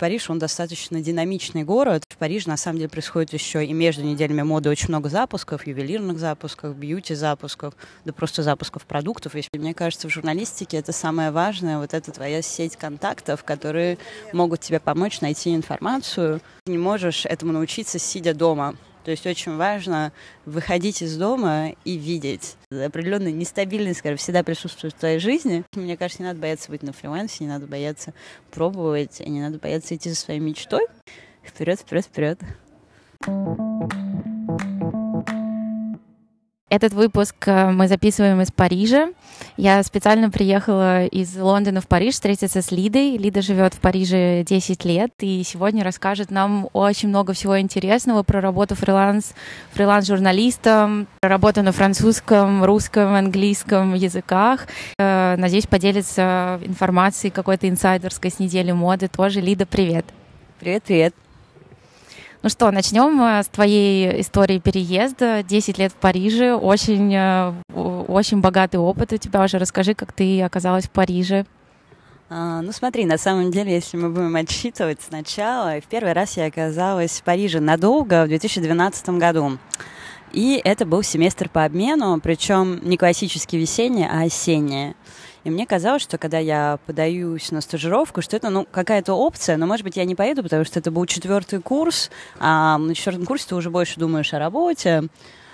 Париж, он достаточно динамичный город. В Париже, на самом деле, происходит еще и между неделями моды очень много запусков, ювелирных запусков, бьюти-запусков, да просто запусков продуктов. И мне кажется, в журналистике это самое важное, вот эта твоя сеть контактов, которые могут тебе помочь найти информацию. Ты не можешь этому научиться, сидя дома. То есть очень важно выходить из дома и видеть. Определенная нестабильность, скажем, всегда присутствует в твоей жизни. Мне кажется, не надо бояться быть на фрилансе, не надо бояться пробовать, и не надо бояться идти за своей мечтой. Вперед, вперед, вперед. Этот выпуск мы записываем из Парижа. Я специально приехала из Лондона в Париж встретиться с Лидой. Лида живет в Париже 10 лет и сегодня расскажет нам очень много всего интересного про работу фриланс-журналистом, про работу на французском, русском, английском языках. Надеюсь, поделится информацией какой-то инсайдерской с недели моды тоже. Лида, привет! Привет-привет! Ну что, начнем с твоей истории переезда. 10 лет в Париже, очень богатый опыт у тебя уже. Расскажи, как ты оказалась в Париже. Ну смотри, на самом деле, если мы будем отсчитывать сначала, в первый раз я оказалась в Париже надолго в 2012 году. И это был семестр по обмену, причем не классический весенний, а осенний. И мне казалось, что когда я подаюсь на стажировку, что это какая-то опция, но, может быть, я не поеду, потому что это был 4-й курс, а на 4-м курсе ты уже больше думаешь о работе.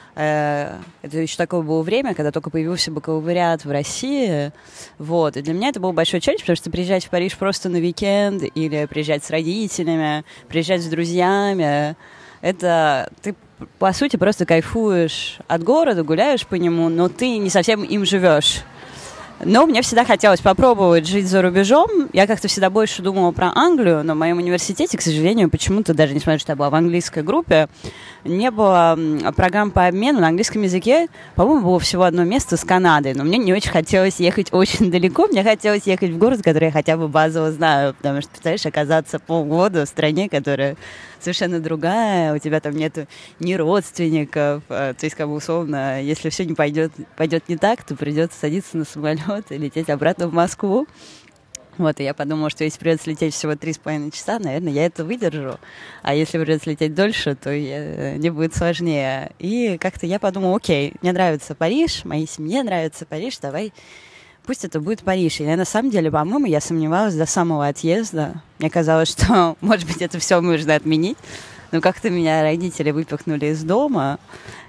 Это еще такое было время, когда только появился бакалавриат в России. Вот. И для меня это был большой челлендж, потому что приезжать в Париж просто на уикенд или приезжать с родителями, приезжать с друзьями, это ты, по сути, просто кайфуешь от города, гуляешь по нему, но ты не совсем им живешь. Но мне всегда хотелось попробовать жить за рубежом. Я как-то всегда больше думала про Англию, но в моем университете, к сожалению, почему-то, даже несмотря на то, что я была в английской группе, не было программ по обмену на английском языке. По-моему, было всего одно место с Канадой, но мне не очень хотелось ехать очень далеко. Мне хотелось ехать в город, который я хотя бы базово знаю, потому что, представляешь, оказаться полгода в стране, которая совершенно другая, у тебя там нету ни родственников, то есть, как бы, условно, если все не пойдет не так, то придется садиться на самолет и лететь обратно в Москву. Вот, и я подумала, что если придется лететь всего 3,5 часа, наверное, я это выдержу. А если придется лететь дольше, то мне будет сложнее. И как-то я подумала, окей, мне нравится Париж, моей семье нравится Париж, давай, пусть это будет Париж. И на самом деле, по-моему, я сомневалась до самого отъезда. Мне казалось, что, может быть, это все нужно отменить. Но как-то меня родители выпихнули из дома.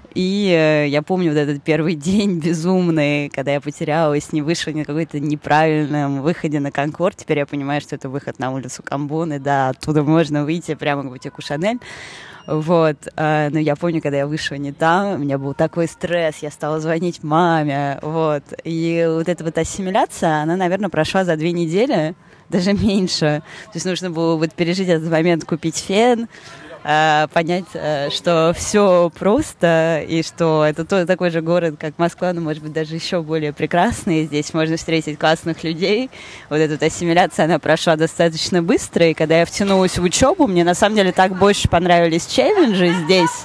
И я помню вот этот первый день безумный, когда я потерялась, не вышла на какой-то неправильном выходе на Конкорд. Теперь я понимаю, что это выход на улицу Камбоны, да, оттуда можно выйти прямо к бутику Шанель. Вот, но я помню, когда я вышла не там, у меня был такой стресс, я стала звонить маме, вот. И вот эта вот ассимиляция, она, наверное, прошла за 2 недели, даже меньше. То есть нужно было вот пережить этот момент, купить фен, понять, что все просто, и что это такой же город, как Москва, но, может быть, даже еще более прекрасный. Здесь можно встретить классных людей. Вот эта ассимиляция, она прошла достаточно быстро, и когда я втянулась в учебу, мне на самом деле так больше понравились челленджи здесь.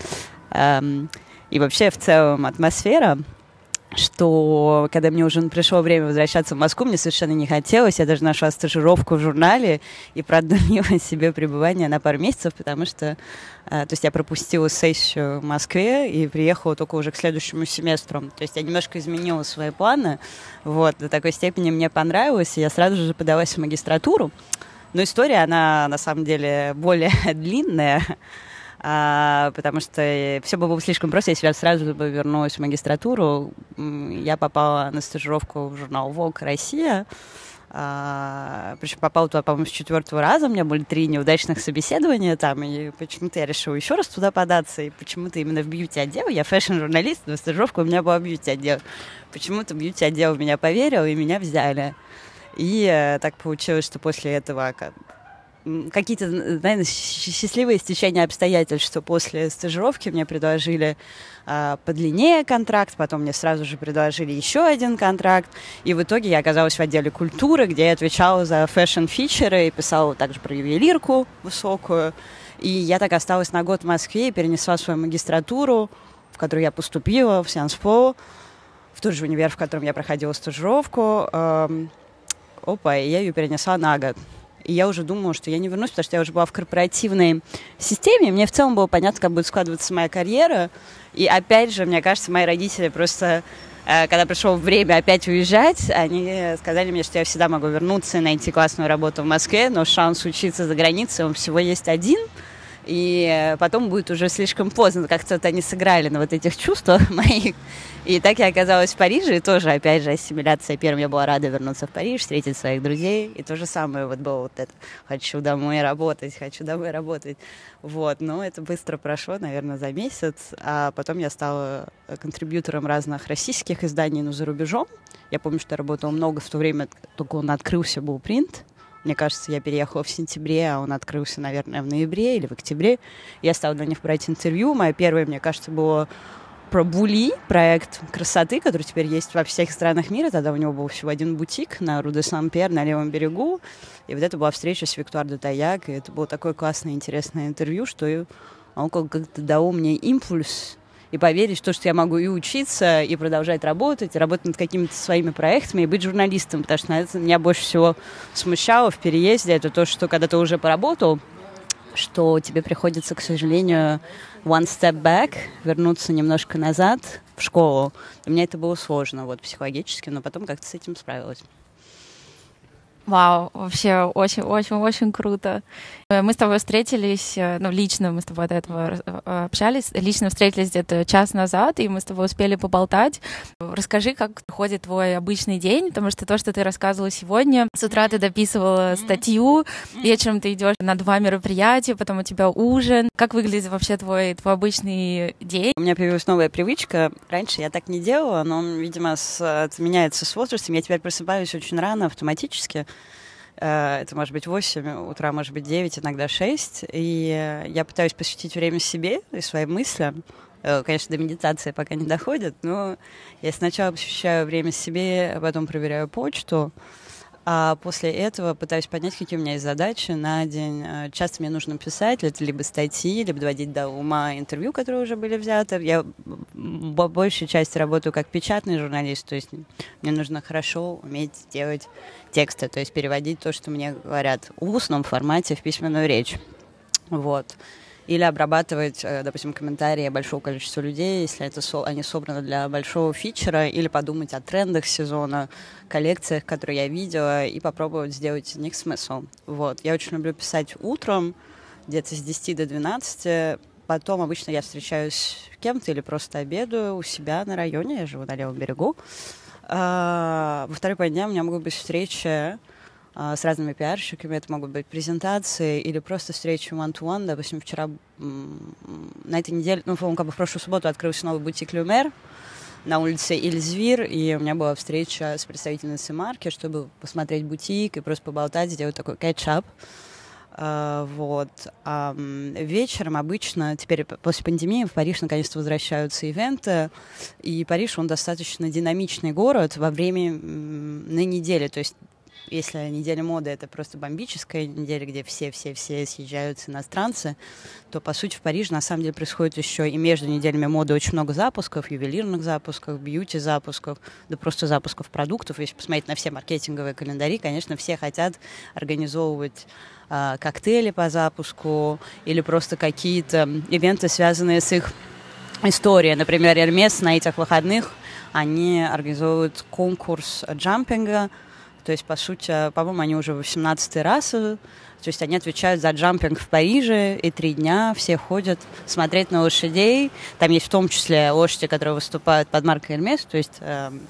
И вообще, в целом, атмосфера, что когда мне уже пришло время возвращаться в Москву, мне совершенно не хотелось. Я даже нашла стажировку в журнале и продлила себе пребывание на пару месяцев, потому что то есть я пропустила сессию в Москве и приехала только уже к следующему семестру. То есть я немножко изменила свои планы. Вот, до такой степени мне понравилось, и я сразу же подалась в магистратуру. Но история, она на самом деле более длинная, потому что все было бы слишком просто, если я сразу бы вернулась в магистратуру. Я попала на стажировку в журнал Vogue Россия. Причем попала туда, по-моему, с 4-го раза. У меня были 3 неудачных собеседования там, и почему-то я решила еще раз туда податься, и почему-то именно в бьюти-отдел. Я фэшн-журналист, но стажировка у меня была бьюти-отдел. Почему-то бьюти-отдел в меня поверил, и меня взяли. И так получилось, что после этого какие-то, наверное, счастливые стечения обстоятельств, что после стажировки мне предложили подлиннее контракт, потом мне сразу же предложили еще один контракт, и в итоге я оказалась в отделе культуры, где я отвечала за фэшн-фичеры и писала также про ювелирку высокую, и я так осталась на год в Москве и перенесла свою магистратуру, в которую я поступила, в Sciences Po, в тот же универ, в котором я проходила стажировку, и я ее перенесла на год. И я уже думала, что я не вернусь, потому что я уже была в корпоративной системе, и мне в целом было понятно, как будет складываться моя карьера. И опять же, мне кажется, мои родители просто, когда пришло время опять уезжать, они сказали мне, что я всегда могу вернуться и найти классную работу в Москве, но шанс учиться за границей, он всего есть один. И потом будет уже слишком поздно. Как-то вот они сыграли на вот этих чувствах моих. И так я оказалась в Париже, и тоже, опять же, ассимиляция. Первым я была рада вернуться в Париж, встретить своих друзей. И то же самое вот было вот это. Хочу домой работать. Вот. Но это быстро прошло, наверное, за месяц. А потом я стала контрибьютором разных российских изданий, но за рубежом. Я помню, что я работала много в то время, только он открылся, был принт. Мне кажется, я переехала в сентябре, а он открылся, наверное, в ноябре или в октябре. Я стала для них брать интервью. Мое первое, мне кажется, было про Були, проект красоты, который теперь есть во всех странах мира. Тогда у него был всего один бутик на Ру де Сан-Пьер, на левом берегу. И вот это была встреча с Виктуар де Таяк. И это было такое классное, интересное интервью, что он как-то дал мне импульс и поверить в то, что я могу и учиться, и продолжать работать, и работать над какими-то своими проектами, и быть журналистом, потому что это меня больше всего смущало в переезде. Это то, что когда ты уже поработал, что тебе приходится, к сожалению, one step back, вернуться немножко назад в школу. Для меня это было сложно, вот, психологически, но потом как-то с этим справилась. Вау, вообще очень-очень-очень круто. Мы с тобой встретились, лично мы с тобой до этого общались, лично встретились где-то час назад, и мы с тобой успели поболтать. Расскажи, как проходит твой обычный день, потому что то, что ты рассказывала сегодня, с утра ты дописывала статью, вечером ты идешь на 2 мероприятия, потом у тебя ужин. Как выглядит вообще твой обычный день? У меня появилась новая привычка. Раньше я так не делала, но, видимо, меняется с возрастом. Я теперь просыпаюсь очень рано, автоматически. Это может быть 8 утра, может быть 9, иногда 6. И я пытаюсь посвятить время себе и своим мыслям. Конечно, до медитации пока не доходит, но я сначала посвящаю время себе, а потом проверяю почту. А после этого пытаюсь понять, какие у меня есть задачи на день. Часто мне нужно писать, это либо статьи, либо доводить до ума интервью, которые уже были взяты. Я по большей части работаю как печатный журналист, то есть мне нужно хорошо уметь делать тексты, то есть переводить то, что мне говорят в устном формате в письменную речь. Вот. Или обрабатывать, допустим, комментарии большого количества людей, если они собраны для большого фичера, или подумать о трендах сезона, коллекциях, которые я видела, и попробовать сделать из них смысл. Вот. Я очень люблю писать утром, где-то с 10 до 12. Потом обычно я встречаюсь с кем-то или просто обедаю у себя на районе, я живу на левом берегу. Во второй половине дня у меня могут быть встречи с разными пиарщиками, это могут быть презентации или просто встречи one-to-one. Допустим, вчера, на этой неделе, в прошлую субботу открылся новый бутик Люмер на улице Эльзвир, и у меня была встреча с представительницей марки, чтобы посмотреть бутик и просто поболтать, сделать такой кетчап. Вот. Вечером обычно, теперь после пандемии, в Париж наконец-то возвращаются ивенты, и Париж, он достаточно динамичный город во время на неделе, то есть если неделя моды — это просто бомбическая неделя, где все съезжаются иностранцы, то, по сути, в Париже, на самом деле, происходит еще и между неделями моды очень много запусков, ювелирных запусков, бьюти-запусков, да просто запусков продуктов. Если посмотреть на все маркетинговые календари, конечно, все хотят организовывать коктейли по запуску или просто какие-то ивенты, связанные с их историей. Например, Hermès на этих выходных, они организовывают конкурс джампинга. То есть, по сути, по-моему, они уже 18-й раз, то есть они отвечают за джампинг в Париже, и 3 дня все ходят смотреть на лошадей. Там есть в том числе лошади, которые выступают под маркой Hermès, то есть,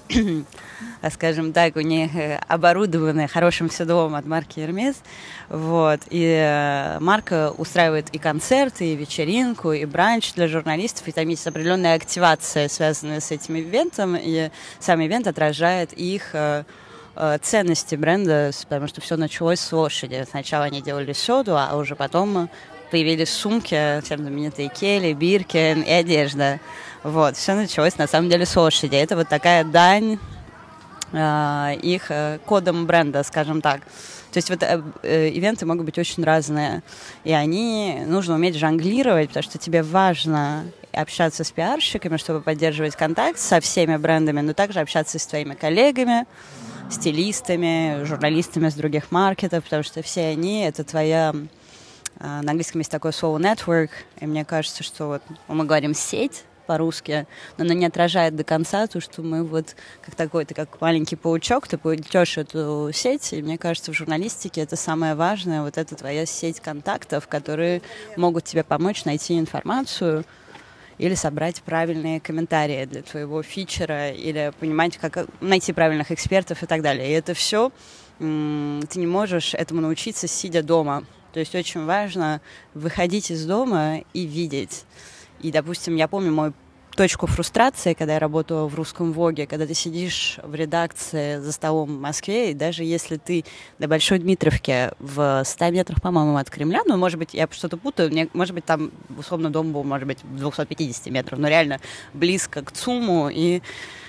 скажем так, у них оборудованы хорошим седлом от марки Hermès. Вот. И марка устраивает и концерты, и вечеринку, и бранч для журналистов, и там есть определенная активация, связанная с этим ивентом, и сам ивент отражает их ценности бренда, потому что все началось с лошади. Сначала они делали соду, а уже потом появились сумки, всем знаменитые Келли, Биркин и одежда. Вот, все началось на самом деле с лошади. Это вот такая дань их кодом бренда, скажем так. То есть вот ивенты могут быть очень разные, и нужно уметь жонглировать, потому что тебе важно общаться с пиарщиками, чтобы поддерживать контакт со всеми брендами, но также общаться с твоими коллегами, стилистами, журналистами с других маркетов, потому что все они — это твоя... На английском есть такое слово network, и мне кажется, что вот мы говорим «сеть» по-русски, но она не отражает до конца то, что мы вот как такой, ты как маленький паучок, ты плетешь эту сеть, и мне кажется, в журналистике это самое важное, вот это твоя сеть контактов, которые могут тебе помочь найти информацию или собрать правильные комментарии для твоего фичера, или понимать, как найти правильных экспертов и так далее. И это все ты не можешь этому научиться, сидя дома. То есть очень важно выходить из дома и видеть. И, допустим, я помню мою точку фрустрации, когда я работала в «Русском Воге», когда ты сидишь в редакции за столом в Москве, и даже если ты на Большой Дмитровке в 100 метрах, по-моему, от Кремля, ну, может быть, я что-то путаю, может быть, там, условно, дом был, может быть, 250 метров, но реально близко к ЦУМу и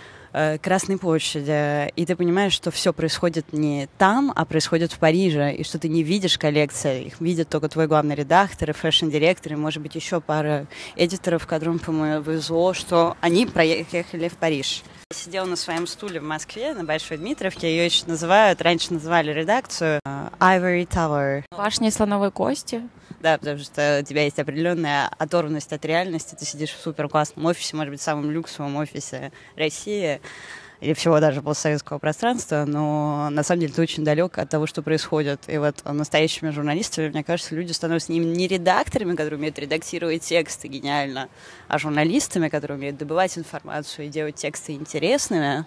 Красной площади, и ты понимаешь, что все происходит не там, а происходит в Париже, и что ты не видишь коллекции, их видит только твой главный редактор и фэшн-директор, и, может быть, еще пара эдиторов, которым, по-моему, повезло, что они проехали в Париж. Я сидела на своем стуле в Москве, на Большой Дмитровке, ее еще называют, раньше называли редакцию Ivory Tower. Башня слоновой кости. Да, потому что у тебя есть определенная оторванность от реальности. Ты сидишь в супер классном офисе, может быть, самом люксовом офисе России или всего даже постсоветского пространства, но на самом деле ты очень далек от того, что происходит. И вот настоящими журналистами, мне кажется, люди становятся не редакторами, которые умеют редактировать тексты гениально, а журналистами, которые умеют добывать информацию и делать тексты интересными,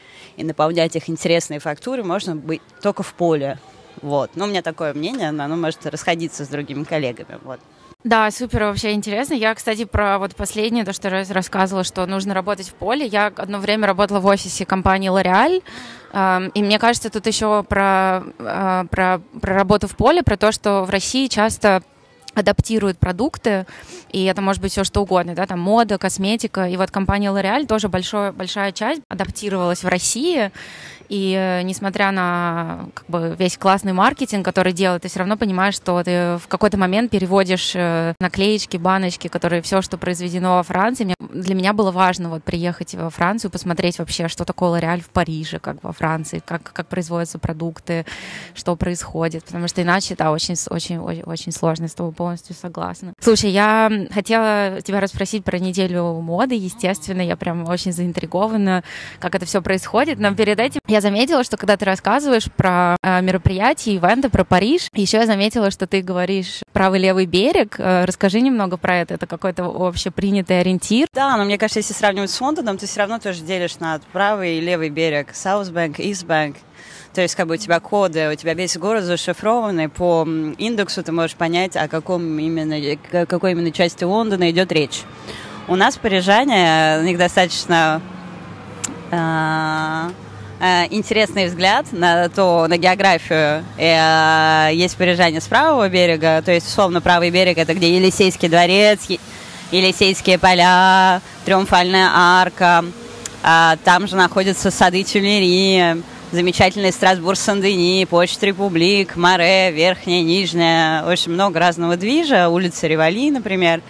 и наполнять их интересной фактурой можно быть только в поле. Вот. Но у меня такое мнение, оно может расходиться с другими коллегами. Вот. Да, супер, вообще интересно. Я, кстати, про вот последнее, то, что я рассказывала, что нужно работать в поле. Я одно время работала в офисе компании L'Oréal, и мне кажется, тут еще про работу в поле, про то, что в России часто адаптируют продукты, и это может быть все что угодно, да, там мода, косметика. И вот компания L'Oréal тоже большая часть адаптировалась в России, и несмотря на как бы весь классный маркетинг, который делают, ты все равно понимаешь, что ты в какой-то момент переводишь наклеечки, баночки, которые все, что произведено во Франции. Для меня было важно вот приехать во Францию, посмотреть вообще, что такое L'Oréal в Париже, как во Франции, как производятся продукты, что происходит, потому что иначе, да, очень сложно, с тобой полностью согласна. Слушай, я хотела тебя расспросить про неделю моды, естественно, я прям очень заинтригована, как это все происходит, но перед этим я заметила, что когда ты рассказываешь про мероприятия, ивенты, про Париж, еще я заметила, что ты говоришь правый-левый берег. Расскажи немного про это. Это какой-то общепринятый ориентир. Да, но мне кажется, если сравнивать с Лондоном, ты все равно тоже делишь на правый и левый берег. South Bank, East Bank. То есть, как бы у тебя коды, у тебя весь город зашифрованный, по индексу ты можешь понять, о какой именно части Лондона идет речь. У нас парижане, у них достаточно интересный взгляд на географию. Есть парижане с правого берега, то есть, условно, правый берег — это где Елисейский дворец, Елисейские поля, Триумфальная арка, там же находятся сады Тюильри, замечательный Страсбург Сен-Дени, Почта Републик, Море, Верхняя, Нижняя, очень много разного движа, улица Риволи, например.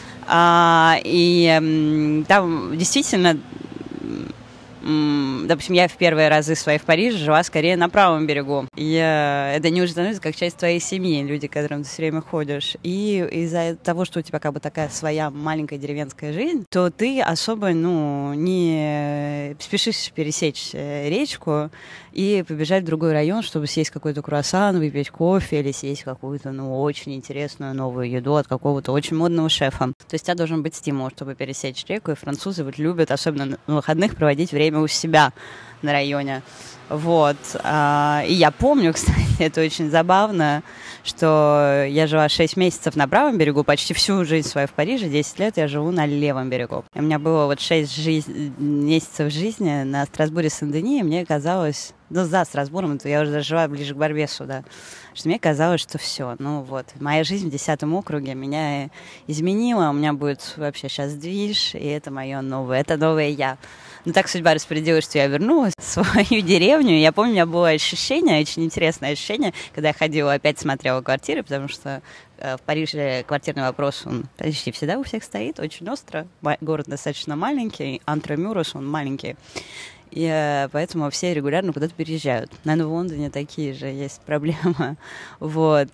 И там действительно, допустим, я в первые разы свои в Париже жила скорее на правом берегу. И это не уже становится как часть твоей семьи, люди, к которым ты все время ходишь. И из-за того, что у тебя как бы такая своя маленькая деревенская жизнь, то ты особо, не спешишь пересечь речку и побежать в другой район, чтобы съесть какой-то круассан, выпить кофе или съесть какую-то, очень интересную новую еду от какого-то очень модного шефа. То есть у тебя должен быть стимул, чтобы пересечь реку, и французы вот любят, особенно на выходных, проводить время у себя на районе. Вот. И я помню, кстати, это очень забавно, что я жила 6 месяцев на правом берегу, почти всю жизнь свою в Париже, 10 лет я живу на левом берегу. И у меня было 6 месяцев жизни на Страсбуре Сен-Дени, и мне казалось, за Страсбургом, я уже жила ближе к Барбесу, да, что мне казалось, что все, моя жизнь в 10-м округе меня изменила, у меня будет вообще сейчас движ, и это мое новое, это новое я. Но так судьба распорядилась, что я вернулась в свою деревню. Я помню, у меня было ощущение, очень интересное ощущение, когда я ходила, опять смотрела квартиры, потому что в Париже квартирный вопрос, он почти всегда у всех стоит, очень остро. Город достаточно маленький, Антре-Мюрос, он маленький. и поэтому все регулярно куда-то переезжают. Наверное, в Лондоне такие же есть проблемы. Вот.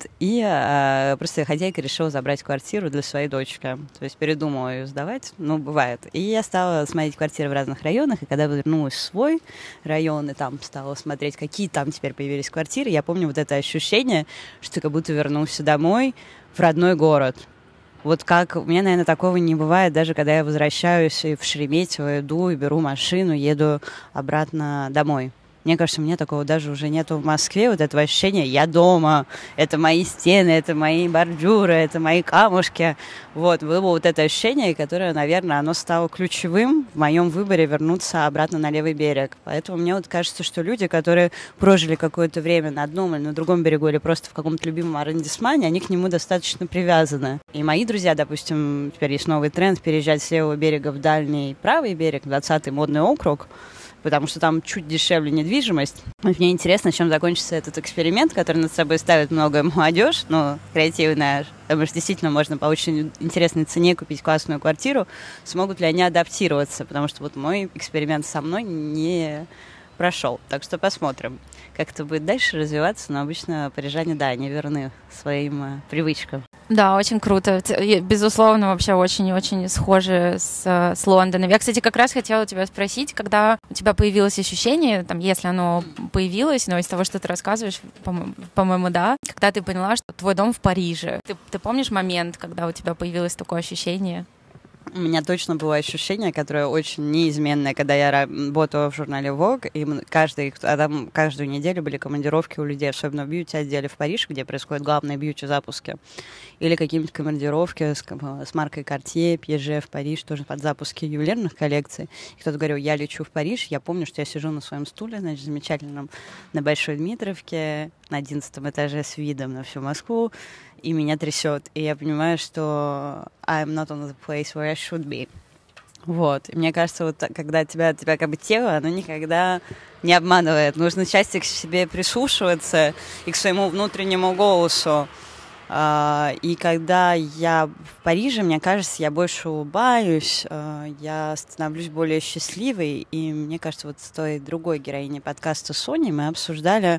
И просто хозяйка решила забрать квартиру для своей дочки. То есть передумала ее сдавать, ну, бывает. И я стала смотреть квартиры в разных районах, и когда вернулась в свой район, и там стала смотреть, какие там теперь появились квартиры, я помню вот это ощущение, что ты как будто вернулся домой в родной город. Вот как у меня, наверное, такого не бывает, даже когда я возвращаюсь и в Шереметьево иду, и беру машину, еду обратно домой. Мне кажется, у меня такого даже уже нету в Москве, вот этого ощущения «я дома», это мои стены, это мои бордюры, это мои камушки. Вот, было вот это ощущение, которое, наверное, оно стало ключевым в моем выборе вернуться обратно на левый берег. Поэтому мне вот кажется, что люди, которые прожили какое-то время на одном или на другом берегу, или просто в каком-то любимом аррondissement, они к нему достаточно привязаны. И мои друзья, допустим, теперь есть новый тренд переезжать с левого берега в дальний правый берег, 20-й модный округ, потому что там чуть дешевле недвижимость. Мне интересно, чем закончится этот эксперимент, который над собой ставит многое молодежь, ну, креативная, потому что действительно можно по очень интересной цене купить классную квартиру. Смогут ли они адаптироваться? Потому что вот мой эксперимент со мной не прошел. Так что посмотрим, как это будет дальше развиваться. Но обычно парижане, да, они верны своим привычкам. Да, очень круто. Безусловно, вообще очень-очень схожи с Лондоном. Я, кстати, как раз хотела тебя спросить, когда у тебя появилось ощущение, там, если оно появилось, но из того, что ты рассказываешь, по-моему, да, когда ты поняла, что твой дом в Париже. Ты помнишь момент, когда у тебя появилось такое ощущение? У меня точно было ощущение, которое очень неизменное, когда я работала в журнале Vogue, и там каждую неделю были командировки у людей, особенно в бьюти-отделе в Париж, где происходят главные бьюти-запуски, или какие-нибудь командировки с маркой Cartier, Piaget в Париж, тоже под запуски ювелирных коллекций. И кто-то говорил, я лечу в Париж, я помню, что я сижу на своем стуле, значит, замечательном, на Большой Дмитровке, на 11 этаже с видом на всю Москву, и меня трясет. И я понимаю, что I'm not on the place where I should be. Вот. И мне кажется, вот когда тебя как бы тело, оно никогда не обманывает. Нужно часто к себе прислушиваться и к своему внутреннему голосу. И когда я в Париже, мне кажется, я больше улыбаюсь, я становлюсь более счастливой. И мне кажется, вот с той другой героиней подкаста Соней мы обсуждали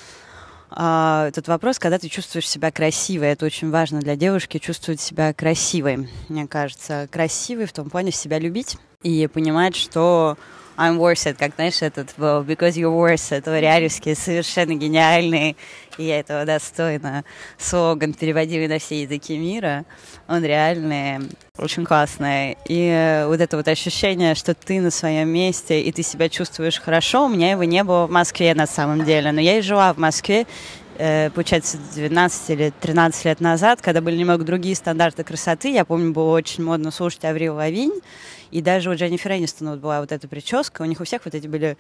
этот вопрос, когда ты чувствуешь себя красивой. Это очень важно для девушки, чувствовать себя красивой. Мне кажется, красивой в том плане себя любить и понимать, что I'm worth it, как, знаешь, этот был Because you're worth it, Лориаревский, совершенно гениальный, и я этого достойна. Слоган, переводимый на все языки мира, он реальный, очень классный. И вот это вот ощущение, что ты на своем месте, и ты себя чувствуешь хорошо, у меня его не было в Москве на самом деле, но я и жила в Москве, получается, 12 или 13 лет назад, когда были немного другие стандарты красоты. Я помню, было очень модно слушать Аврил Лавинь, и даже у Дженнифер Энистон вот была вот эта прическа, у них у всех вот эти были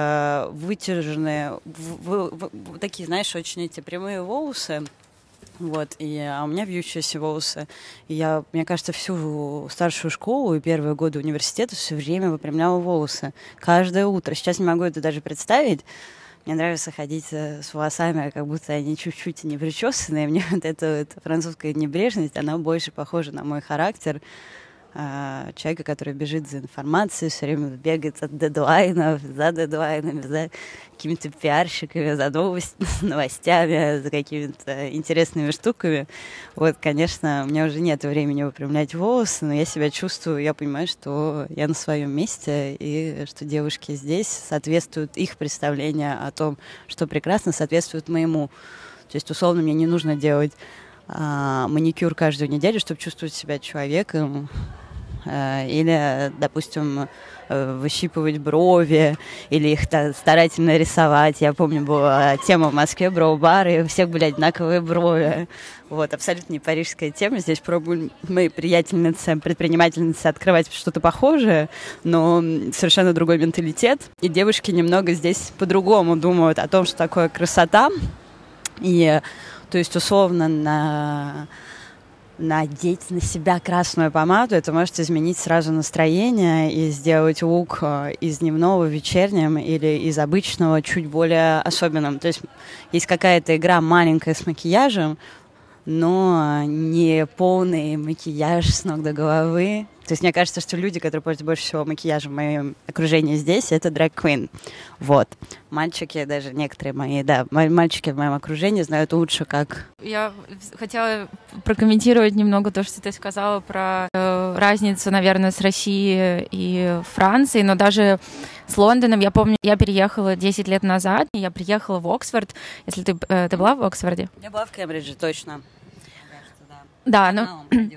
вытяженные, такие, знаешь, очень эти прямые волосы. Вот, а у меня вьющиеся волосы. И мне кажется, всю старшую школу и первые годы университета все время выпрямляла волосы. Каждое утро. Сейчас не могу это даже представить. Мне нравится ходить с волосами, как будто они чуть-чуть не причесанные. Мне вот эта французская небрежность, она больше похожа на мой характер. Человека, который бежит за информацией, все время бегает от дедлайнов, за дедлайнами, за какими-то пиарщиками, за новостями, за какими-то интересными штуками. Вот, конечно, у меня уже нет времени выпрямлять волосы, но я себя чувствую, я понимаю, что я на своем месте, и что девушки здесь соответствуют, их представления о том, что прекрасно, соответствует моему. То есть, условно, мне не нужно делать маникюр каждую неделю, чтобы чувствовать себя человеком, или, допустим, выщипывать брови, или их старательно рисовать. Я помню, была тема в Москве, броу-бары, и у всех были одинаковые брови. Вот, абсолютно не парижская тема. Здесь пробуем мы, приятельницы, предпринимательницы, открывать что-то похожее, но совершенно другой менталитет. И девушки немного здесь по-другому думают о том, что такое красота. И, то есть, условно, надеть на себя красную помаду, это может изменить сразу настроение и сделать лук из дневного вечерним или из обычного чуть более особенным. То есть есть какая-то игра маленькая с макияжем, но не полный макияж с ног до головы. То есть мне кажется, что люди, которые пользуются больше всего макияжем в моем окружении здесь, это драг-квин. Вот. Мальчики, даже некоторые мои, мальчики в моем окружении знают лучше, как... Я хотела прокомментировать немного то, что ты сказала про разницу, наверное, с Россией и Францией, но даже с Лондоном, я помню, я переехала 10 лет назад, я приехала в Оксфорд. Если ты была в Оксфорде? Я была в Кембридже, точно. Да, ну...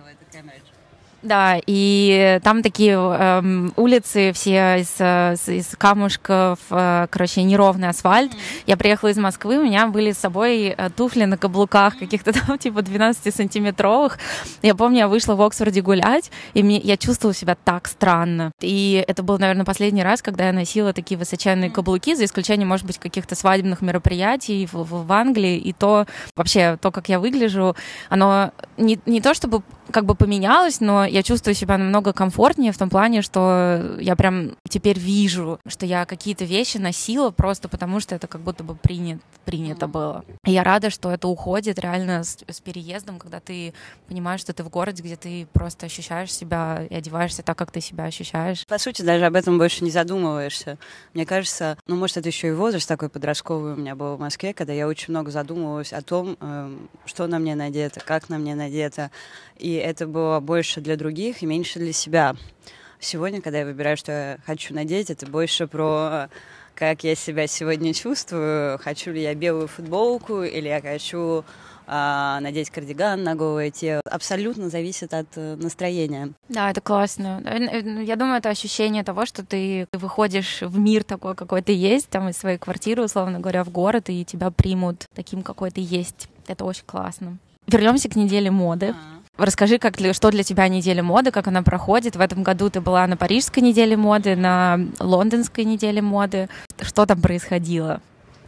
Да, и там такие улицы все из камушков, короче, неровный асфальт. Я приехала из Москвы, у меня были с собой туфли на каблуках каких-то там типа 12-сантиметровых. Я помню, я вышла в Оксфорде гулять, и я чувствовала себя так странно. И это был, наверное, последний раз, когда я носила такие высоченные каблуки, за исключением, может быть, каких-то свадебных мероприятий в Англии. И то, вообще, то, как я выгляжу, оно не то чтобы как бы поменялось, но я чувствую себя намного комфортнее в том плане, что я прям теперь вижу, что я какие-то вещи носила просто потому, что это как будто бы принято было. И я рада, что это уходит реально с переездом, когда ты понимаешь, что ты в городе, где ты просто ощущаешь себя и одеваешься так, как ты себя ощущаешь. По сути, даже об этом больше не задумываешься. Мне кажется, может, это еще и возраст такой подростковый у меня был в Москве, когда я очень много задумывалась о том, что на мне надето, как на мне надето. И это было больше для других и меньше для себя. Сегодня, когда я выбираю, что я хочу надеть, это больше про как я себя сегодня чувствую. Хочу ли я белую футболку или я хочу надеть кардиган на голое тело. Абсолютно зависит от настроения. Да, это классно. Я думаю, это ощущение того, что ты выходишь в мир такой, какой ты есть, там из своей квартиры, условно говоря, в город, и тебя примут таким, какой ты есть. Это очень классно. Вернемся к неделе моды. Расскажи, что для тебя неделя моды, как она проходит. В этом году ты была на Парижской неделе моды, на Лондонской неделе моды. Что там происходило?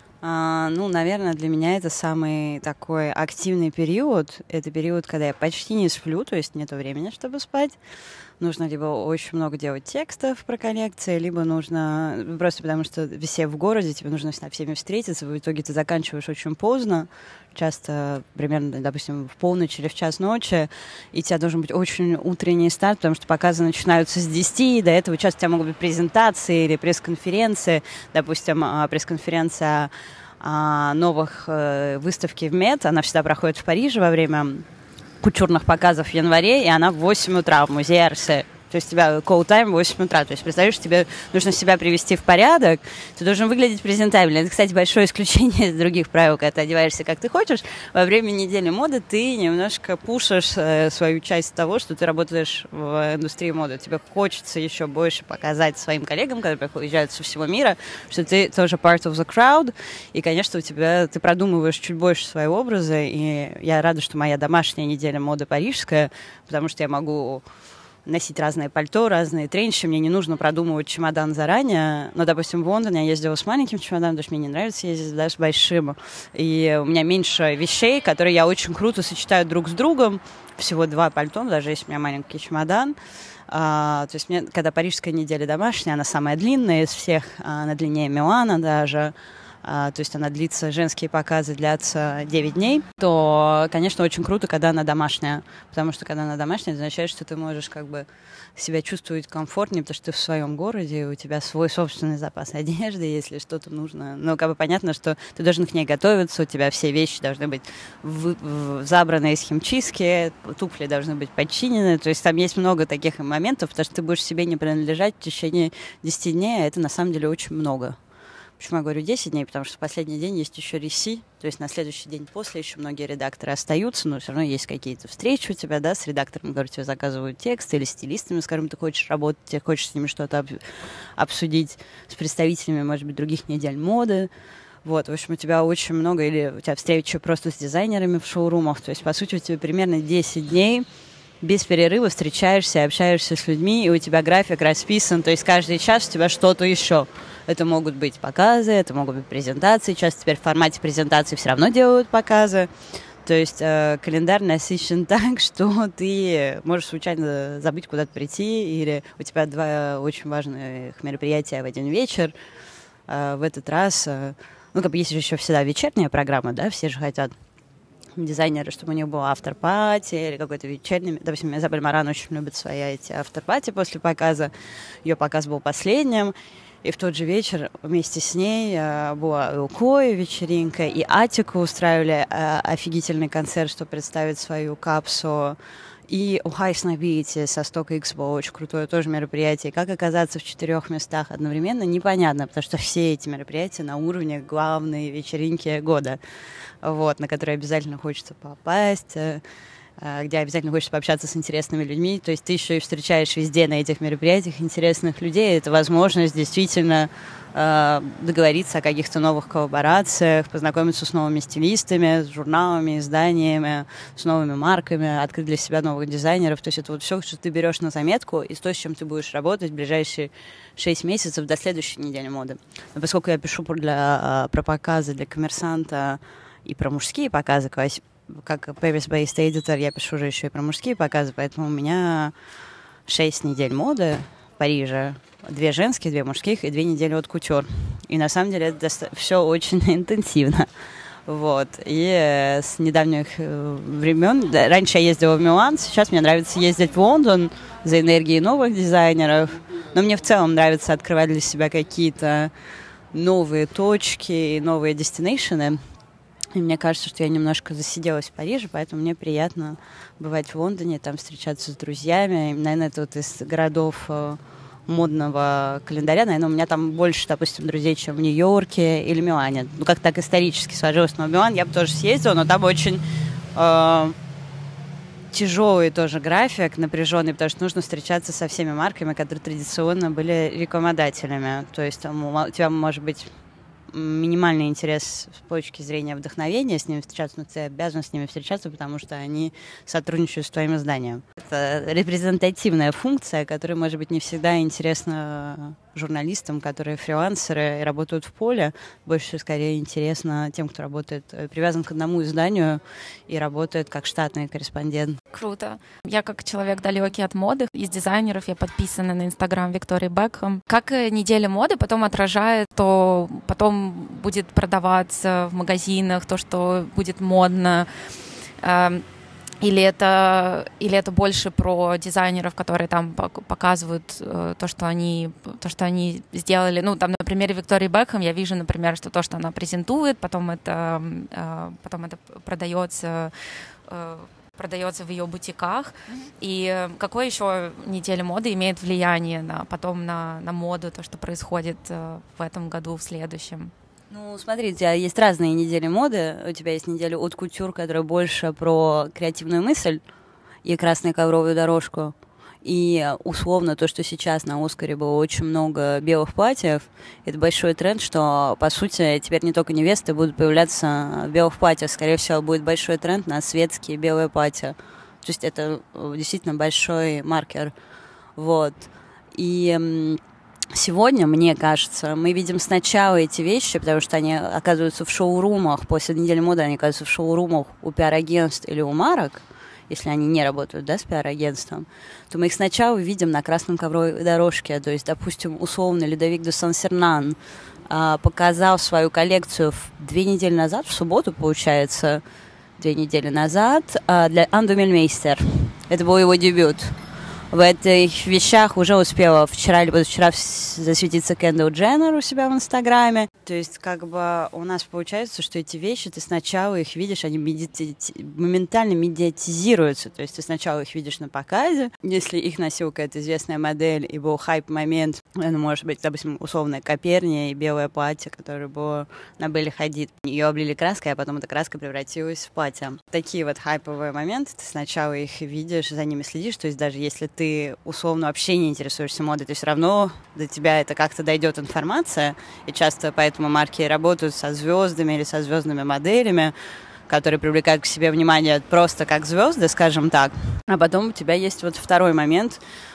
Наверное, для меня это самый такой активный период. Это период, когда я почти не сплю, то есть нету времени, чтобы спать. Нужно либо очень много делать текстов про коллекции, либо нужно просто потому, что все в городе, тебе нужно со всеми встретиться, в итоге ты заканчиваешь очень поздно, часто примерно, допустим, в полночь или в час ночи, и у тебя должен быть очень утренний старт, потому что показы начинаются с 10, и до этого часто у тебя могут быть презентации или пресс-конференции, допустим, пресс-конференция новых выставки в МЕД, она всегда проходит в Париже во время культурных показов в январе, и она в 8 утра в музее Орсе. То есть у тебя call-time в 8 утра. То есть, представляешь, тебе нужно себя привести в порядок, ты должен выглядеть презентабельно. Это, кстати, большое исключение из других правил, когда ты одеваешься как ты хочешь. Во время недели моды ты немножко пушишь свою часть того, что ты работаешь в индустрии моды. Тебе хочется еще больше показать своим коллегам, которые приезжают со всего мира, что ты тоже part of the crowd. И, конечно, ты продумываешь чуть больше свои образы. И я рада, что моя домашняя неделя моды парижская, потому что я могу носить разные пальто, разные тренчи. Мне не нужно продумывать чемодан заранее. Но, допустим, в Лондон я ездила с маленьким чемоданом, потому что мне не нравится ездить даже с большим. И у меня меньше вещей, которые я очень круто сочетаю друг с другом. Всего 2 пальто, даже если у меня маленький чемодан. То есть когда парижская неделя домашняя, она самая длинная из всех, она длиннее Милана даже. То есть она длится, женские показы длятся 9 дней, то, конечно, очень круто, когда она домашняя. Потому что когда она домашняя, это означает, что ты можешь как бы себя чувствовать комфортнее, потому что ты в своем городе, у тебя свой собственный запас одежды, если что-то нужно. Но как бы понятно, что ты должен к ней готовиться, у тебя все вещи должны быть забраны из химчистки, туфли должны быть подчинены. То есть там есть много таких моментов, потому что ты будешь себе не принадлежать в течение 10 дней, а это на самом деле очень много. Почему я говорю 10 дней? Потому что в последний день есть еще реси, то есть на следующий день после еще многие редакторы остаются, но все равно есть какие-то встречи у тебя, да, с редактором, говорю, тебе заказывают текст, или стилистами, скажем, ты хочешь работать, тебе хочешь с ними что-то обсудить, с представителями, может быть, других недель моды. Вот, в общем, у тебя очень много, или у тебя встречи просто с дизайнерами в шоурумах, то есть, по сути, у тебя примерно 10 дней без перерыва встречаешься, общаешься с людьми, и у тебя график расписан, то есть каждый час у тебя что-то еще. Это могут быть показы, это могут быть презентации. Сейчас теперь в формате презентации все равно делают показы. То есть календарь насыщен так, что ты можешь случайно забыть куда-то прийти, или у тебя 2 очень важных мероприятия в один вечер. В этот раз, есть же еще всегда вечерняя программа, да, все же хотят дизайнеры, чтобы у них был автор-пати или какой-то вечерний. Допустим, Изабель Маран очень любит свои эти автор-пати после показа. Ее показ был последним. И в тот же вечер вместе с ней была и у Кои вечеринка, и Атику устраивали офигительный концерт, чтобы представить свою капсулу. И у Хайс Набити со Stock X было очень крутое тоже мероприятие. Как оказаться в 4 местах одновременно, непонятно, потому что все эти мероприятия на уровне главной вечеринки года, вот, на которые обязательно хочется попасть, где обязательно хочется пообщаться с интересными людьми. То есть ты еще и встречаешь везде на этих мероприятиях интересных людей. Это возможность действительно договориться о каких-то новых коллаборациях, познакомиться с новыми стилистами, с журналами, изданиями, с новыми марками, открыть для себя новых дизайнеров. То есть это вот все, что ты берешь на заметку, и то, с чем ты будешь работать в ближайшие 6 месяцев до следующей недели моды. Но поскольку я пишу про показы для «Коммерсанта» и про мужские показы, как Paris-based editor, я пишу уже еще и про мужские показы, поэтому у меня 6 недель моды в Париже. 2 женских, 2 мужских и 2 недели от кутюр. И на самом деле это все очень интенсивно. Вот. И с недавних времен... Раньше я ездила в Милан, сейчас мне нравится ездить в Лондон за энергией новых дизайнеров. Но мне в целом нравится открывать для себя какие-то новые точки, новые дестинейшены. И мне кажется, что я немножко засиделась в Париже, поэтому мне приятно бывать в Лондоне, там встречаться с друзьями. И, наверное, это вот из городов модного календаря. Наверное, у меня там больше, допустим, друзей, чем в Нью-Йорке или Милане. Ну, как так исторически сложилось. Но в Милан я бы тоже съездила, но там очень тяжелый тоже график, напряженный, потому что нужно встречаться со всеми марками, которые традиционно были рекламодателями. То есть там у тебя может быть минимальный интерес с точки зрения вдохновения с ними встречаться, но ты обязан с ними встречаться, потому что они сотрудничают с твоим изданием. Это репрезентативная функция, которая, может быть, не всегда интересна журналистам, которые фрилансеры и работают в поле. Больше, скорее, интересно тем, кто работает, привязан к одному изданию и работает как штатный корреспондент. Круто. Я как человек далекий от моды, из дизайнеров я подписана на Инстаграм Виктории Бекхэм. Как неделя моды потом отражает, то потом будет продаваться в магазинах, то, что будет модно, или это больше про дизайнеров, которые там показывают то, что они сделали. Ну, там, на примере Виктории Бекхэм я вижу, например, что то, что она презентует, потом это продается в ее бутиках. И какое еще неделя моды имеет влияние потом на моду, то, что происходит в этом году, в следующем? Ну, смотри, у тебя есть разные недели моды. У тебя есть неделя от кутюр, которая больше про креативную мысль и красную ковровую дорожку. И условно то, что сейчас на «Оскаре» было очень много белых платьев, это большой тренд, что, по сути, теперь не только невесты будут появляться в белых платьях. Скорее всего, будет большой тренд на светские белые платья. То есть это действительно большой маркер. Вот. И сегодня, мне кажется, мы видим сначала эти вещи, потому что они оказываются в шоурумах, после недели моды они оказываются в шоурумах у пиар-агентств или у марок, если они не работают, да, с пиар-агентством, то мы их сначала видим на красном ковровой дорожке. То есть, допустим, условно Людовик де Сен-Сернан показал свою коллекцию 2 недели назад, в субботу, получается, 2 недели назад, для Анду Мельмейстер. Это был его дебют. В этих вещах уже успела вчера или позавчера засветиться Кендалл Дженнер у себя в Инстаграме. То есть как бы у нас получается, что эти вещи, ты сначала их видишь, они моментально медиатизируются. То есть ты сначала их видишь на показе. Если их носила какая-то известная модель и был хайп-момент, это может быть, допустим, условная Коперния и белое платье, которое было на Белли Хадид. Ее облили краской, а потом эта краска превратилась в платье. Такие вот хайповые моменты, ты сначала их видишь, за ними следишь. То есть даже если ты условно вообще не интересуешься модой, то все равно до тебя это как-то дойдет информация, и часто поэтому марки работают со звездами или со звездными моделями, которые привлекают к себе внимание просто как звезды, скажем так. А потом у тебя есть вот второй момент,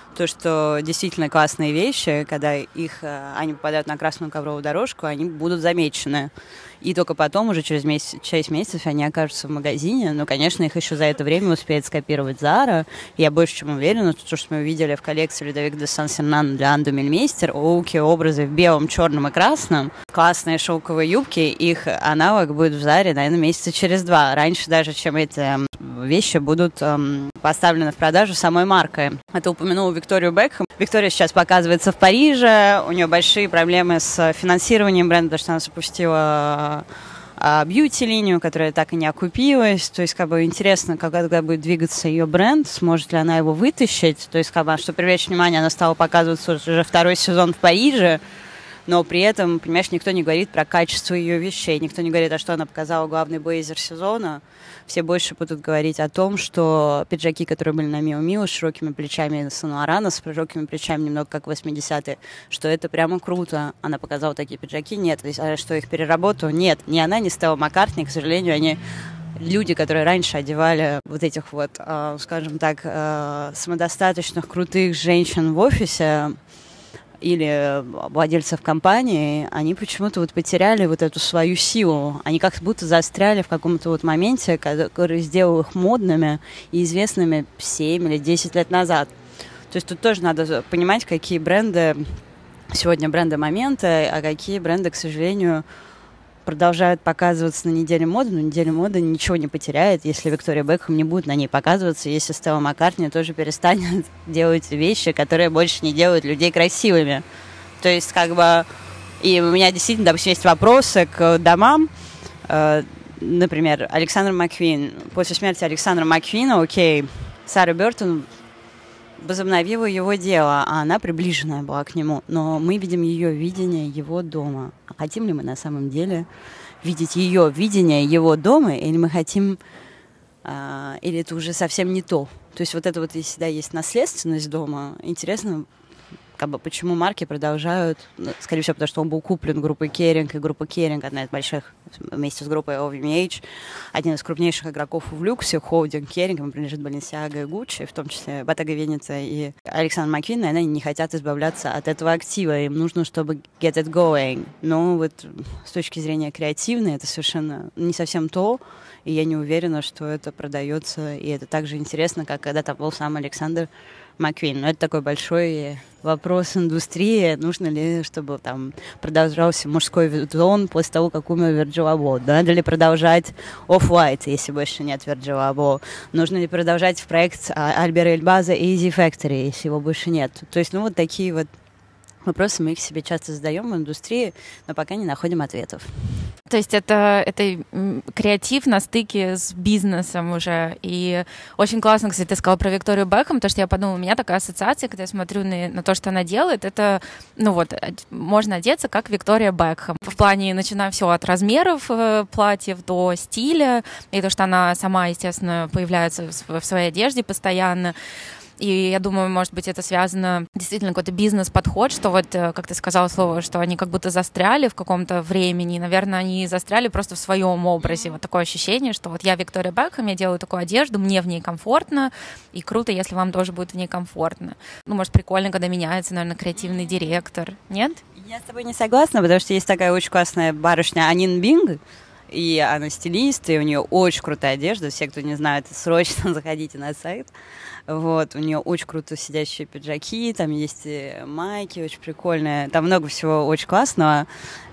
То, что действительно классные вещи, когда они попадают на красную ковровую дорожку, они будут замечены. И только потом, уже через 6 месяцев, они окажутся в магазине. Но, конечно, их еще за это время успеет скопировать Zara. Я больше чем уверена, что то, что мы увидели в коллекции Людовик де Сан-Сенан для Анду Мельмейстер, образы в белом, черном и красном, классные шелковые юбки, их аналог будет в Заре, наверное, месяца через 2. Раньше даже, чем эти вещи будут поставлены в продажу самой маркой. Это упомянула Викторию Бекхэм. Виктория сейчас показывается в Париже. У нее большие проблемы с финансированием бренда, потому что она запустила бьюти-линию, которая так и не окупилась. То есть, интересно, когда будет двигаться ее бренд, сможет ли она его вытащить. То есть, чтобы привлечь внимание, она стала показываться уже 2-й сезон в Париже. Но при этом, понимаешь, никто не говорит про качество ее вещей, никто не говорит, что она показала главный блейзер сезона. Все больше будут говорить о том, что пиджаки, которые были на Миу Миу с широкими плечами Сан-Лорана, с широкими плечами, немного как 80-е, что это прямо круто. Она показала такие пиджаки? Нет. А что их переработаю? Нет. Ни она, ни Стелла Маккартни, к сожалению, они люди, которые раньше одевали вот этих скажем так, самодостаточных, крутых женщин в офисе, или владельцев компании, они почему-то потеряли эту свою силу. Они как будто застряли в каком-то моменте, который сделал их модными и известными 7 или 10 лет назад. То есть тут тоже надо понимать, какие бренды сегодня бренды момента, а какие бренды, к сожалению, продолжают показываться на неделе моды, но неделя моды ничего не потеряет, если Виктория Бекхэм не будет на ней показываться, если Стелла Маккартни тоже перестанет делать вещи, которые больше не делают людей красивыми. То есть, и у меня действительно, допустим, есть вопросы к домам. Например, Александр Маквин. После смерти Александра Маквина, Сара Бёртон возобновила его дело, а она приближенная была к нему. Но мы видим ее видение его дома. А хотим ли мы на самом деле видеть ее видение его дома, или мы хотим... или это уже совсем не то? То есть если всегда есть наследственность дома, интересно, почему марки продолжают, скорее всего, потому что он был куплен группой Kering, и группа Kering, одна из больших, вместе с группой LVMH, один из крупнейших игроков в люксе, холдинг Kering, ему принадлежит Balenciaga и Gucci, в том числе Bottega Veneta и Александр Маквин, наверное, они не хотят избавляться от этого актива, им нужно, чтобы get it going. Но с точки зрения креативной это совершенно не совсем то, и я не уверена, что это продается, и это так же интересно, как когда там был сам Александр Маквин. Но это такой большой вопрос индустрии. Нужно ли, чтобы там продолжался мужской Vuitton после того, как умер Вирджил Аблоh? Надо ли продолжать Off-White, если больше нет Вирджила Аблоh? Нужно ли продолжать проект Альбера Эльбаза и Easy Factory, если его больше нет? То есть, такие вопросы мы их себе часто задаем в индустрии, но пока не находим ответов. То есть это креатив на стыке с бизнесом уже. И очень классно, кстати, ты сказала про Викторию Бекхэм, потому что я подумала, у меня такая ассоциация, когда я смотрю на то, что она делает, это, можно одеться как Виктория Бекхэм. В плане, начиная все от размеров платьев до стиля, и то, что она сама, естественно, появляется в своей одежде постоянно. И я думаю, может быть, это связано действительно какой-то бизнес-подход, что как ты сказала слово, что они как будто застряли в каком-то времени, и, наверное, они застряли просто в своем образе. Такое ощущение, что я Виктория Бекхэм, я делаю такую одежду, мне в ней комфортно, и круто, если вам тоже будет в ней комфортно. Может, прикольно, когда меняется, наверное, креативный директор, нет? Я с тобой не согласна, потому что есть такая очень классная барышня Анин Бинг, и она стилист, и у нее очень крутая одежда. Все, кто не знает, срочно заходите на сайт. У нее очень круто сидящие пиджаки, там есть и майки очень прикольные, там много всего очень классного,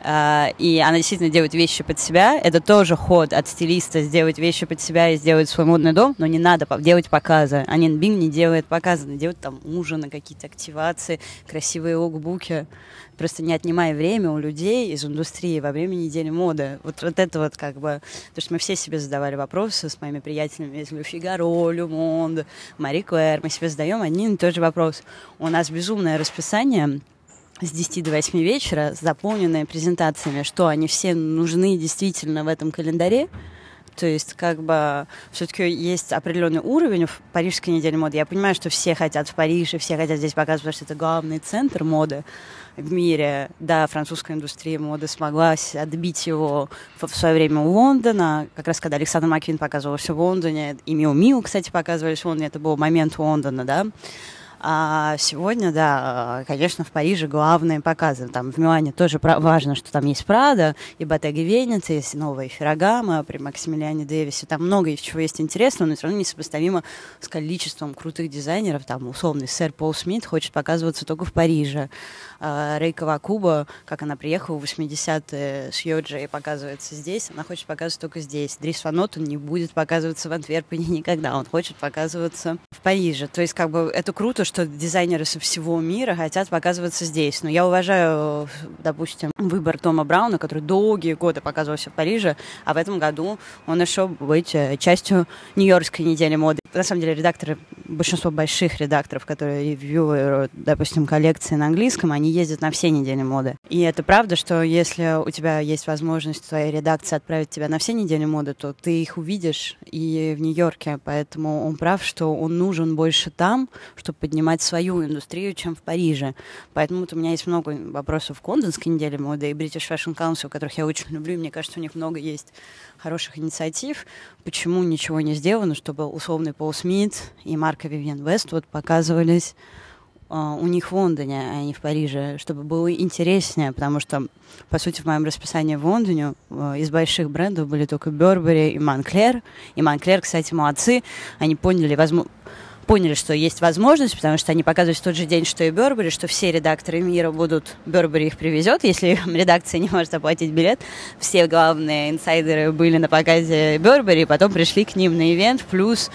и она действительно делает вещи под себя. Это тоже ход от стилиста, сделать вещи под себя и сделать свой модный дом, но не надо делать показы. Анин Бинг не делает показы, она делает там ужины, какие-то активации, красивые лукбуки, просто не отнимая время у людей из индустрии во время недели моды. Это то, что мы все себе задавали вопросы с моими приятелями из Le Figaro, Le Monde, Marie Claire, мы себе задаем один и тот же вопрос. У нас безумное расписание с 10 до 8 вечера, заполненное презентациями, что они все нужны действительно в этом календаре. То есть, все-таки есть определенный уровень в Парижской неделе моды. Я понимаю, что все хотят в Париже, все хотят здесь показывать, потому что это главный центр моды в мире. Да, французская индустрия моды смогла отбить его в свое время у Лондона. Как раз когда Александр Маквин показывал все в Лондоне, и Миу Миу, кстати, показывались в Лондоне, это был момент Лондона, да. А сегодня, да, конечно, в Париже главные показы. Там в Милане тоже важно, что там есть Прада, и Bottega Veneta, есть новая Феррагамо при Максимилиане Дэвисе. Там много чего есть интересного, но все равно несопоставимо с количеством крутых дизайнеров. Там условный сэр Пол Смит хочет показываться только в Париже. Рей Кавакуба, как она приехала в 80-е с Йоджи и показывается здесь, она хочет показываться только здесь. Дрис Ван Нотен не будет показываться в Антверпене никогда, он хочет показываться в Париже. То есть, как бы, это круто, что дизайнеры со всего мира хотят показываться здесь. Но я уважаю, допустим, выбор Тома Брауна, который долгие годы показывался в Париже, а в этом году он решил быть частью Нью-Йоркской недели моды. На самом деле, большинство больших редакторов, которые ревьюируют, допустим, коллекции на английском, они ездят на все недели моды. И это правда, что если у тебя есть возможность в твоей редакции отправить тебя на все недели моды, то ты их увидишь и в Нью-Йорке. Поэтому он прав, что он нужен больше там, чтобы поднимать свою индустрию, чем в Париже. Поэтому у меня есть много вопросов к лондонской неделе моды и British Fashion Council, которых я очень люблю. И мне кажется, у них много есть хороших инициатив. Почему ничего не сделано, чтобы условный Пол Смит и Марка Вивьен Вествуд показывались у них в Лондоне, а не в Париже, чтобы было интереснее, потому что, по сути, в моем расписании в Лондоне из больших брендов были только Burberry и Moncler. И Moncler, кстати, молодцы. Они поняли, что есть возможность, потому что они показывают в тот же день, что и Burberry, что все редакторы мира будут, Burberry их привезет, если редакция не может оплатить билет. Все главные инсайдеры были на показе Burberry, потом пришли к ним на ивент, плюс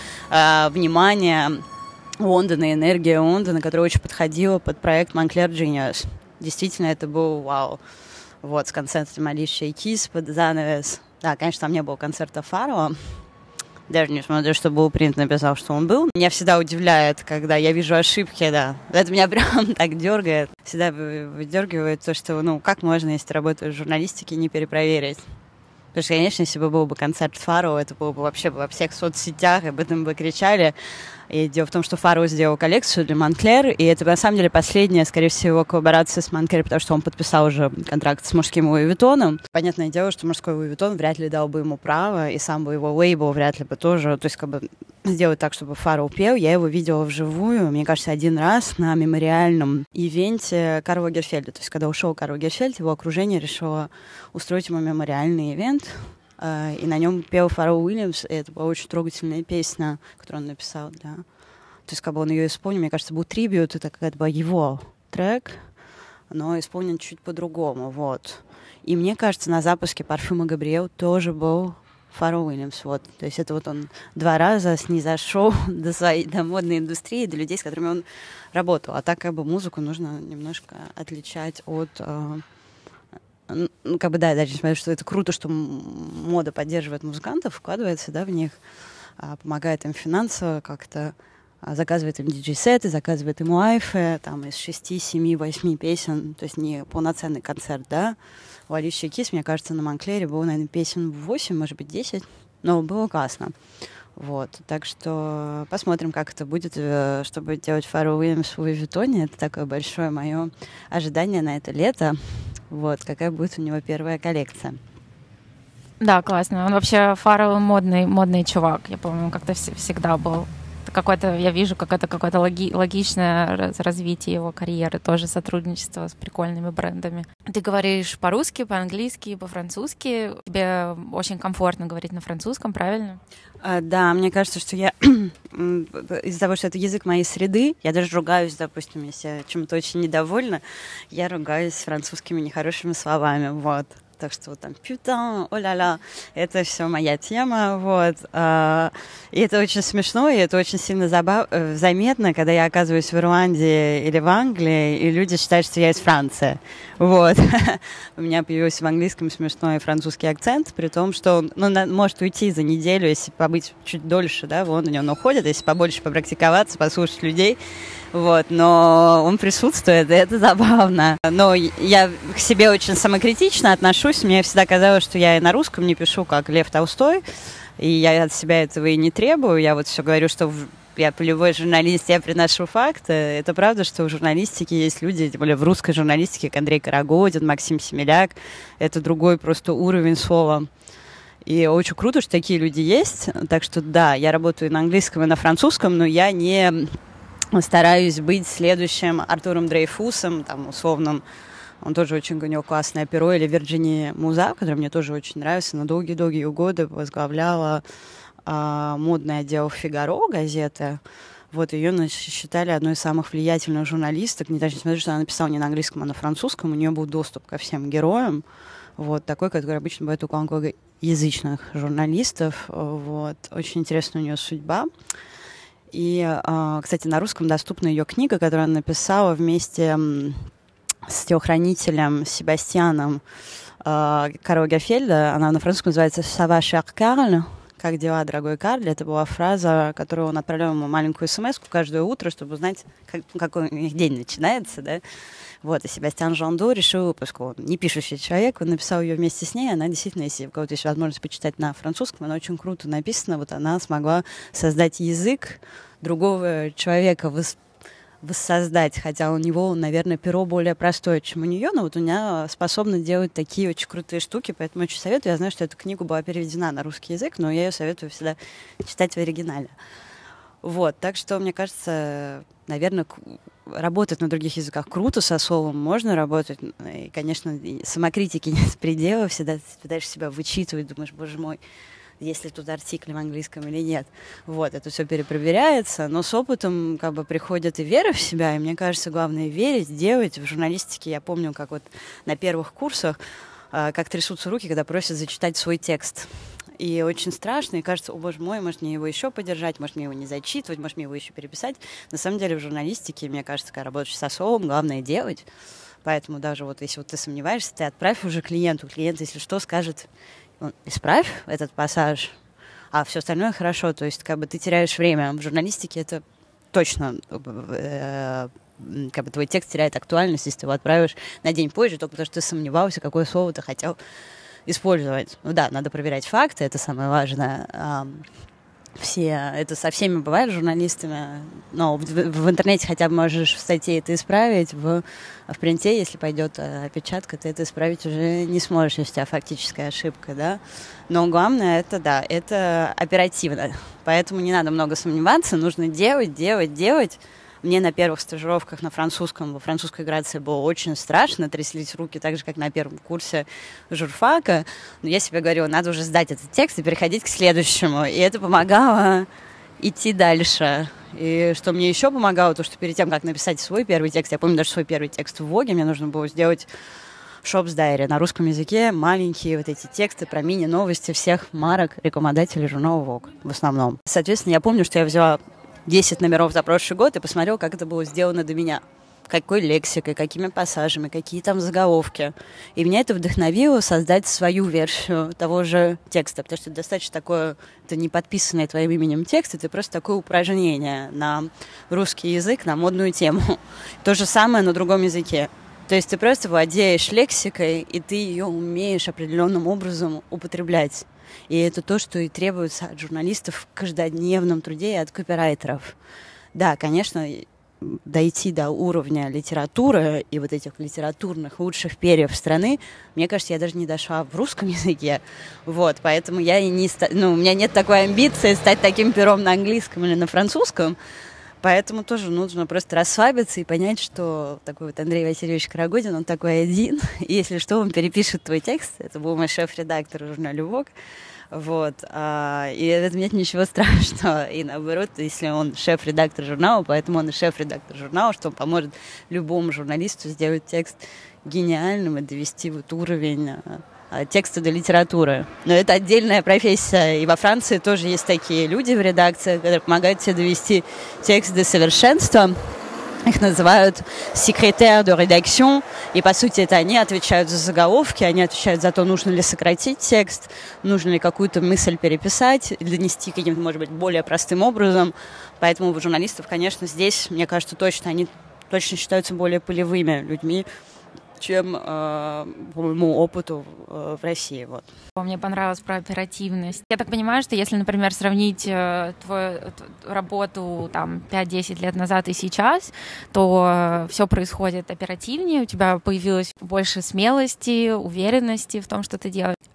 внимание Лондона, энергия Лондона, которая очень подходила под проект Moncler Genius. Действительно, это был вау. Вот, с концертом Alicia Keys под занавес. Да, конечно, там не было концерта Фаро. Даже несмотря, что был принт написал, что он был. Меня всегда удивляет, когда я вижу ошибки, да. Это меня прям так дергает. Всегда выдергивает то, что, как можно, если ты работаешь в журналистике, не перепроверить. Потому что, конечно, если бы был бы концерт Фаро, это было бы вообще во всех соцсетях, об этом бы кричали. И дело в том, что Фаро сделал коллекцию для Moncler, и это, на самом деле, последняя, скорее всего, коллаборация с Moncler, потому что он подписал уже контракт с мужским Луи Виттоном. Понятное дело, что мужской Луи Виттон вряд ли дал бы ему право, и сам бы его лейбл вряд ли бы тоже. То есть, как бы, сделать так, чтобы Фаро пел. Я его видела вживую, мне кажется, один раз на мемориальном ивенте Карла Лагерфельда. То есть, когда ушел Карл Лагерфельд, его окружение решило устроить ему мемориальный ивент, и на нем пел Фаррелл Уильямс, и это была очень трогательная песня, которую он написал, да. То есть, как бы он ее исполнил, мне кажется, был трибьют, это какая-то была его трек, но исполнен чуть по-другому, вот. И мне кажется, на запуске парфюма Габриэл тоже был Фаррелл Уильямс, вот. То есть это вот он 2 раза снизошел до модной индустрии, до людей, с которыми он работал. А так, как бы, музыку нужно немножко отличать от... как бы, да, даже несмотря, что это круто, что мода поддерживает музыкантов, вкладывается, да, в них, помогает им финансово как-то, заказывает им диджей-сеты, заказывает им лайфы, там, из 6, 7, 8 песен, то есть не полноценный концерт, да. У Alicia Keys, мне кажется, на Монклере было, наверное, песен 8, может быть, 10, но было классно. Вот, так что посмотрим, как это будет, что будет делать Фаррелл Уильямс в Луи Виттоне. Это такое большое мое ожидание на это лето. Вот, какая будет у него первая коллекция. Да, классно. Он вообще Фаррелл модный чувак. Я помню, как-то всегда был. Какое-то, я вижу, какое-то логичное развитие его карьеры, тоже сотрудничество с прикольными брендами. Ты говоришь по-русски, по-английски, по-французски. Тебе очень комфортно говорить на французском, правильно? Да, мне кажется, что я из-за того, что это язык моей среды, я даже ругаюсь, допустим, если я чем-то очень недовольна, я ругаюсь французскими нехорошими словами, вот. Так что вот там «пютан», «о-ля-ля», это все моя тема, вот. И это очень смешно, и это очень сильно заметно, когда я оказываюсь в Ирландии или в Англии, и люди считают, что я из Франции, вот. У меня появился в английском смешной французский акцент, при том, что он может уйти за неделю, если побыть чуть дольше, да, в Лондоне он уходит, если побольше попрактиковаться, послушать людей, вот, но он присутствует, и это забавно. Но я к себе очень самокритично отношусь. Мне всегда казалось, что я и на русском не пишу, как Лев Толстой, и я от себя этого и не требую. Я вот все говорю, что я полевой журналист, я приношу факты. Это правда, что в журналистике есть люди, тем более в русской журналистике, как Андрей Карагодин, Максим Семеляк. Это другой просто уровень слова. И очень круто, что такие люди есть. Так что да, я работаю и на английском, и на французском, но я не стараюсь быть следующим Артуром Дрейфусом, там, условным. Он тоже очень, у него классное перо, или Вирджиния Муза, которая мне тоже очень нравится, на долгие-долгие годы возглавляла модный отдел «Фигаро» газеты. Вот ее считали одной из самых влиятельных журналисток. Не даже несмотря, что она написала не на английском, а на французском, у нее был доступ ко всем героям. Вот такой, который обычно бывает у англоязычных журналистов. Вот. Очень интересная у нее судьба. И, кстати, на русском доступна ее книга, которую она написала вместе с телохранителем Себастьяном Каро Гафельда. Она на французском называется «Ça va, cher Karl?» «Как дела, дорогой Карл?» Это была фраза, которую он отправлял ему маленькую смс-ку каждое утро, чтобы узнать, какой у них день начинается, да. Вот, и Себастьян Жандо решил, поскольку он не пишущий человек, он написал ее вместе с ней. Она действительно, если у кого-то есть возможность почитать на французском, она очень круто написана. Вот она смогла создать язык другого человека, воссоздать, хотя у него, наверное, перо более простое, чем у нее, но вот у меня способна делать такие очень крутые штуки, поэтому очень советую. Я знаю, что эта книга была переведена на русский язык, но я ее советую всегда читать в оригинале. Вот, так что, мне кажется, наверное, работать на других языках круто, со словом можно работать, и, конечно, самокритики нет предела, всегда пытаешься себя вычитывать, думаешь, боже мой, есть ли тут артикль в английском или нет. Вот, это все перепроверяется, но с опытом как бы приходит и вера в себя, и мне кажется, главное верить, делать. В журналистике я помню, как вот на первых курсах, как трясутся руки, когда просят зачитать свой текст. И очень страшно, и кажется, о боже мой, может мне его еще подержать, может мне его не зачитывать, может мне его еще переписать. На самом деле в журналистике, мне кажется, когда работаешь со словом, главное делать. Поэтому даже вот если вот ты сомневаешься, ты отправь уже клиенту. Клиент, если что, скажет: исправь этот пассаж, а все остальное хорошо. То есть как бы ты теряешь время. В журналистике это точно как бы твой текст теряет актуальность, если ты его отправишь на день позже, только потому что ты сомневался, какое слово ты хотел использовать. Ну да, надо проверять факты, это самое важное. Это со всеми бывает журналистами, но в интернете хотя бы можешь в статье это исправить, в принте, если пойдет опечатка, ты это исправить уже не сможешь, если у тебя фактическая ошибка, да. Но главное, это оперативно, поэтому не надо много сомневаться, нужно делать. Мне на первых стажировках на французском, во французской грации было очень страшно, тряслись руки так же, как на первом курсе журфака. Но я себе говорила, надо уже сдать этот текст и переходить к следующему. И это помогало идти дальше. И что мне еще помогало, то, что перед тем, как написать свой первый текст, я помню даже свой первый текст в Воге, мне нужно было сделать Shop's Diary на русском языке, маленькие вот эти тексты про мини-новости всех марок, рекламодателей журнала Vogue в основном. Соответственно, я помню, что я взяла 10 номеров за прошлый год и посмотрел, как это было сделано до меня. Какой лексикой, какими пассажами, какие там заголовки. И меня это вдохновило создать свою версию того же текста, потому что это достаточно такое, это не подписанное твоим именем текст, это просто такое упражнение на русский язык, на модную тему. То же самое на другом языке. То есть ты просто владеешь лексикой, и ты ее умеешь определенным образом употреблять. И это то, что и требуется от журналистов в каждодневном труде и от копирайтеров. Да, конечно, дойти до уровня литературы и вот этих литературных лучших перьев страны, мне кажется, я даже не дошла в русском языке. Вот, поэтому я и не... у меня нет такой амбиции стать таким пером на английском или на французском. Поэтому тоже нужно просто расслабиться и понять, что такой вот Андрей Васильевич Карагодин, он такой один. И если что, он перепишет твой текст. Это был мой шеф-редактор в журнале Vogue. Вот. И в этом нет ничего страшного. И наоборот, если он шеф-редактор журнала, поэтому он и шеф-редактор журнала, что он поможет любому журналисту сделать текст гениальным и довести вот уровень текста до литературы. Но это отдельная профессия. И во Франции тоже есть такие люди в редакции, которые помогают тебе довести текст до совершенства. Их называют секретарь de rédaction. И, по сути, это они отвечают за заголовки, они отвечают за то, нужно ли сократить текст, нужно ли какую-то мысль переписать, донести каким-то, может быть, более простым образом. Поэтому у журналистов, конечно, здесь, мне кажется, точно, они точно считаются более полевыми людьми, чем по моему опыту в России. Вот. Мне понравилось про оперативность. Я так понимаю, что если, например, сравнить твою работу там 5-10 лет назад и сейчас, то все происходит оперативнее, у тебя появилось больше смелости, уверенности в том, что ты делаешь.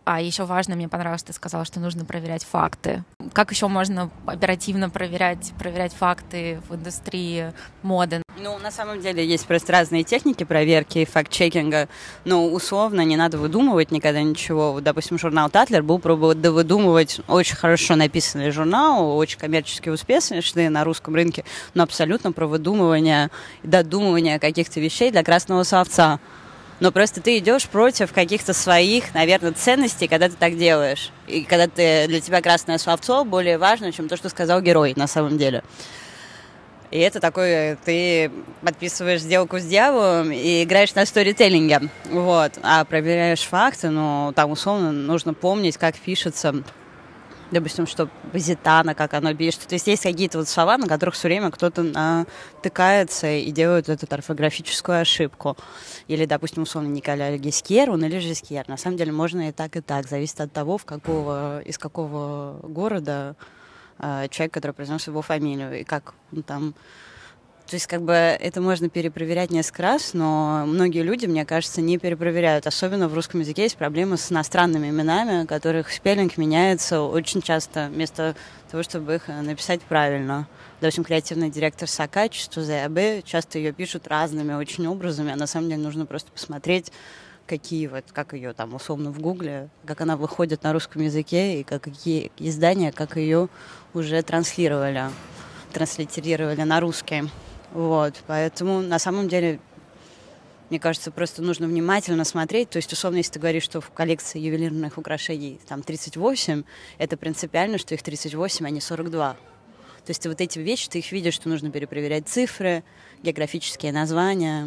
А еще важно, мне понравилось, ты сказала, что нужно проверять факты. Как еще можно оперативно проверять факты в индустрии моды? Ну, на самом деле, есть просто разные техники проверки и факт-чекинга. Но условно не надо выдумывать никогда ничего. Вот, допустим, журнал «Татлер» был пробовать довыдумывать очень хорошо написанный журнал, очень коммерчески успешный на русском рынке, но абсолютно про выдумывание и додумывание каких-то вещей для красного словца. Но просто ты идешь против каких-то своих, наверное, ценностей, когда ты так делаешь. И когда для тебя красное словцо более важно, чем то, что сказал герой на самом деле. И это такое, ты подписываешь сделку с дьяволом и играешь на сторителлинге. Вот. А проверяешь факты, ну, там условно нужно помнить, как пишется, допустим, что Позитано, как оно пишет. То есть какие-то вот слова, на которых все время кто-то натыкается и делает эту орфографическую ошибку. Или, допустим, условно, Николя Гискьер, он или Жискьер. На самом деле можно и так, зависит от того, из какого города человек, который произносит его фамилию, и как он там... То есть, это можно перепроверять несколько раз, но многие люди, мне кажется, не перепроверяют. Особенно в русском языке есть проблемы с иностранными именами, которых спеллинг меняется очень часто, вместо того, чтобы их написать правильно. Допустим, креативный директор Сакач, Стузеабе, часто ее пишут разными очень образами, а на самом деле нужно просто посмотреть, как ее там условно в Гугле, как она выходит на русском языке, и какие издания, как ее уже транслировали на русский. Вот, поэтому на самом деле, мне кажется, просто нужно внимательно смотреть. То есть, условно, если ты говоришь, что в коллекции ювелирных украшений там 38, это принципиально, что их 38, а не 42. То есть ты вот эти вещи, ты их видишь, что нужно перепроверять цифры, географические названия.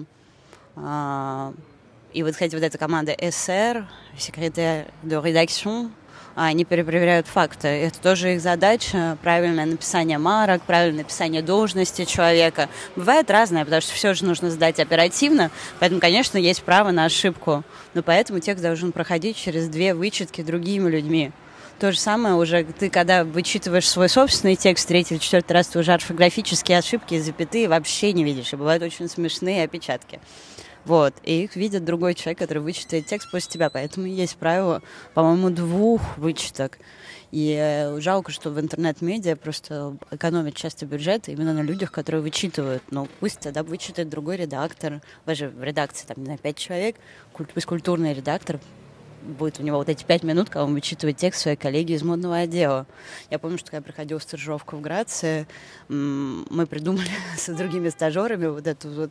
И вот, кстати, вот эта команда SR, секретарь de rédaction, они перепроверяют факты. Это тоже их задача. Правильное написание марок, правильное написание должности человека. Бывает разное, потому что все же нужно сдать оперативно. Поэтому, конечно, есть право на ошибку. Но поэтому текст должен проходить через 2 вычетки другими людьми. То же самое уже ты, когда вычитываешь свой собственный текст 3-й или 4-й раз, ты уже орфографические ошибки и запятые вообще не видишь. И бывают очень смешные опечатки. Вот, и их видит другой человек, который вычитает текст после тебя. Поэтому есть правило, по-моему, 2 вычеток. И жалко, что в интернет-медиа просто экономят часто бюджет именно на людях, которые вычитывают. Но пусть тогда вычитает другой редактор. Вы же в редакции там на 5 человек, пусть культурный редактор, будет у него вот эти 5 минут, когда он вычитывает текст своей коллеги из модного отдела. Я помню, что когда я проходила стажировку в Грации, мы придумали с другими стажерами вот эту вот...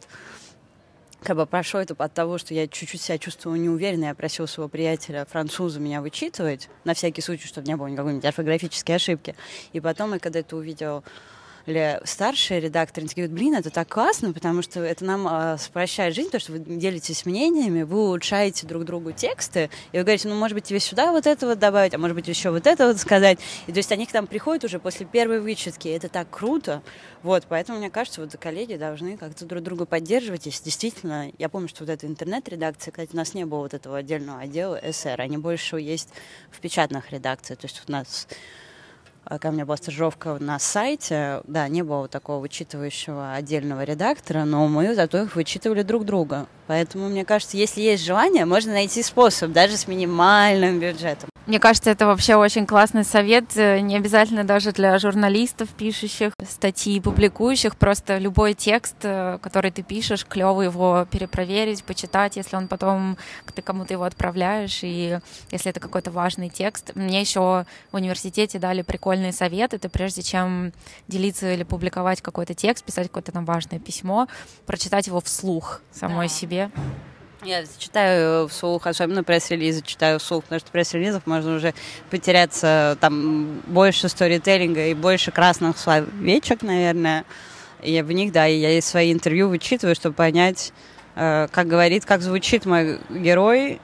Прошло это от того, что я чуть-чуть себя чувствовала неуверенно, я просила своего приятеля француза меня вычитывать, на всякий случай, чтобы не было никакой-нибудь орфографической ошибки. И потом, я когда это увидела старший редактор, они говорят, блин, это так классно, потому что это нам спрощает жизнь, потому что вы делитесь мнениями, вы улучшаете друг другу тексты, и вы говорите, ну, может быть, тебе сюда вот это вот добавить, а может быть, еще вот это вот сказать. И то есть они к нам приходят уже после первой вычетки, и это так круто. Вот, поэтому, мне кажется, вот коллеги должны как-то друг друга поддерживать, если действительно, я помню, что вот эта интернет-редакция, кстати, у нас не было вот этого отдельного отдела СР, они больше есть в печатных редакциях, то есть у нас... Когда у меня была стажировка на сайте, да, не было такого вычитывающего отдельного редактора, но мы зато их вычитывали друг друга. Поэтому, мне кажется, если есть желание, можно найти способ, даже с минимальным бюджетом. Мне кажется, это вообще очень классный совет, не обязательно даже для журналистов, пишущих статьи, публикующих, просто любой текст, который ты пишешь, клево его перепроверить, почитать, если он потом, ты кому-то его отправляешь, и если это какой-то важный текст. Мне еще в университете дали прикольные советы, ты прежде чем делиться или публиковать какой-то текст, писать какое-то там важное письмо, прочитать его вслух самой себе. Я читаю вслух, особенно пресс-релизы читаю вслух, потому что пресс-релизов можно уже потеряться, там больше сторителлинга и больше красных словечек, наверное. И в них, да, я свои интервью вычитываю, чтобы понять, как звучит мой герой,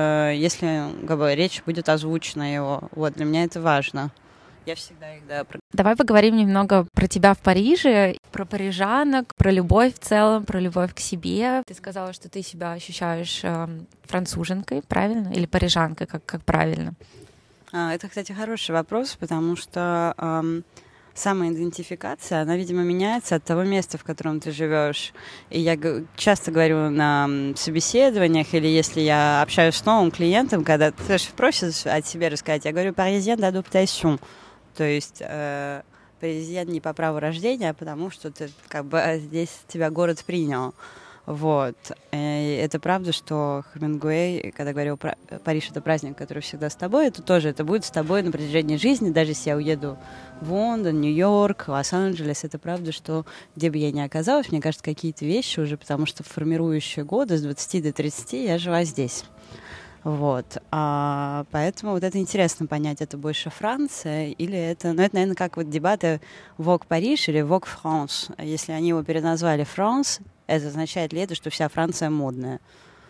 если речь будет озвучена его. Вот, для меня это важно. Я всегда их, да. Давай поговорим немного про тебя в Париже, про парижанок, про любовь в целом, про любовь к себе. Ты сказала, что ты себя ощущаешь француженкой, правильно? Или парижанкой, как правильно? Это, кстати, хороший вопрос, потому что самоидентификация, она, видимо, меняется от того места, в котором ты живешь. И я часто говорю на собеседованиях, или если я общаюсь с новым клиентом, когда ты же просишь о себе рассказать, я говорю «паризien d'adoptation», то есть паризien не по праву рождения, а потому что ты, как бы, здесь тебя город принял. Вот. И это правда, что Хемингуэй, когда говорил про Париж — это праздник, который всегда с тобой, это тоже, это будет с тобой на протяжении жизни, даже если я уеду в Лондон, Нью-Йорк, Лос-Анджелес, это правда, что где бы я ни оказалась, мне кажется, какие-то вещи уже, потому что в формирующие годы с 20 до 30 я жила здесь. Вот. Поэтому вот это интересно понять, это больше Франция или это... Ну, это, наверное, как вот дебаты Vogue Париж или Vogue France. Если они его переназвали France, это означает ли это, что вся Франция модная?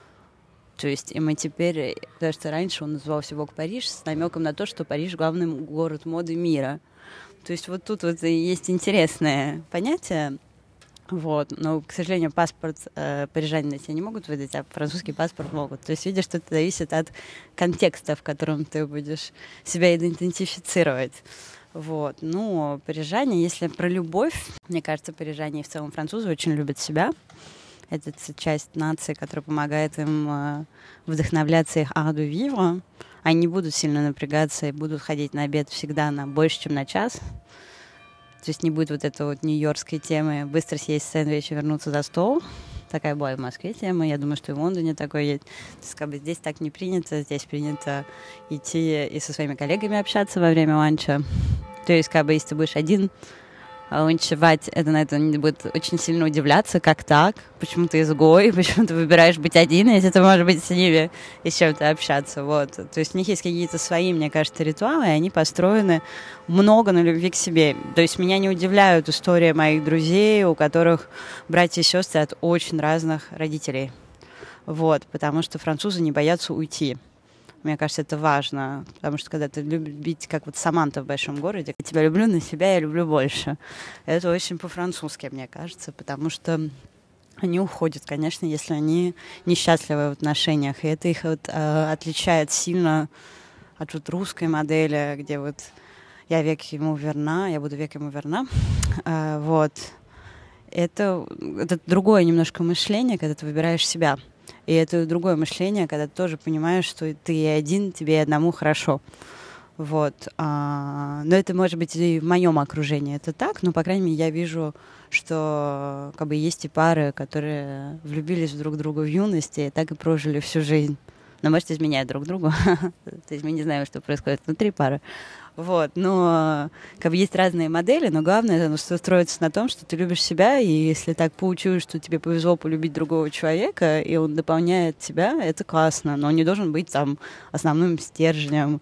То есть, и мы теперь... Потому что раньше он назывался Vogue Париж с намеком на то, что Париж — главный город моды мира. То есть вот тут вот есть интересное понятие. Вот. Но, к сожалению, паспорт парижанина тебе не могут выдать, а французский паспорт могут. То есть видишь, что это зависит от контекста, в котором ты будешь себя идентифицировать. Вот. Ну, парижане, если про любовь, мне кажется, парижане и в целом французы очень любят себя. Это часть нации, которая помогает им вдохновляться их art de vivre. Они не будут сильно напрягаться и будут ходить на обед всегда на больше, чем на час. То есть не будет вот этой вот нью-йоркской темы быстро съесть сэндвич и вернуться за стол. Такая была и в Москве тема. Я думаю, что и в Лондоне такое есть. То есть как бы здесь так не принято. Здесь принято идти и со своими коллегами общаться во время ланча. То есть как бы если ты будешь один ланчевать, это на это будет очень сильно удивляться, как так, почему ты изгой, почему ты выбираешь быть один, если ты можешь быть с ними и с чем-то общаться, вот. То есть у них есть какие-то свои, мне кажется, ритуалы, и они построены много на любви к себе. То есть меня не удивляют истории моих друзей, у которых братья и сестры от очень разных родителей, вот, потому что французы не боятся уйти. Мне кажется, это важно, потому что когда ты любишь быть, как вот Саманта в большом городе, я тебя люблю, на себя я люблю больше. Это очень по-французски, мне кажется, потому что они уходят, конечно, если они несчастливы в отношениях, и это их вот, отличает сильно от вот русской модели, где вот я век ему верна, я буду век ему верна, вот. Это другое немножко мышление, когда ты выбираешь себя. И это другое мышление, когда ты тоже понимаешь, что ты один, тебе одному хорошо. Вот. Но это может быть и в моем окружении это так, но, по крайней мере, я вижу, что как бы есть и пары, которые влюбились друг в друга в юности и так и прожили всю жизнь. Но, может, изменяют друг другу. То есть мы не знаем, что происходит внутри пары. Вот, но как бы есть разные модели, но главное строится на том, что ты любишь себя, и если так получилось, что тебе повезло полюбить другого человека, и он дополняет тебя, это классно, но он не должен быть там основным стержнем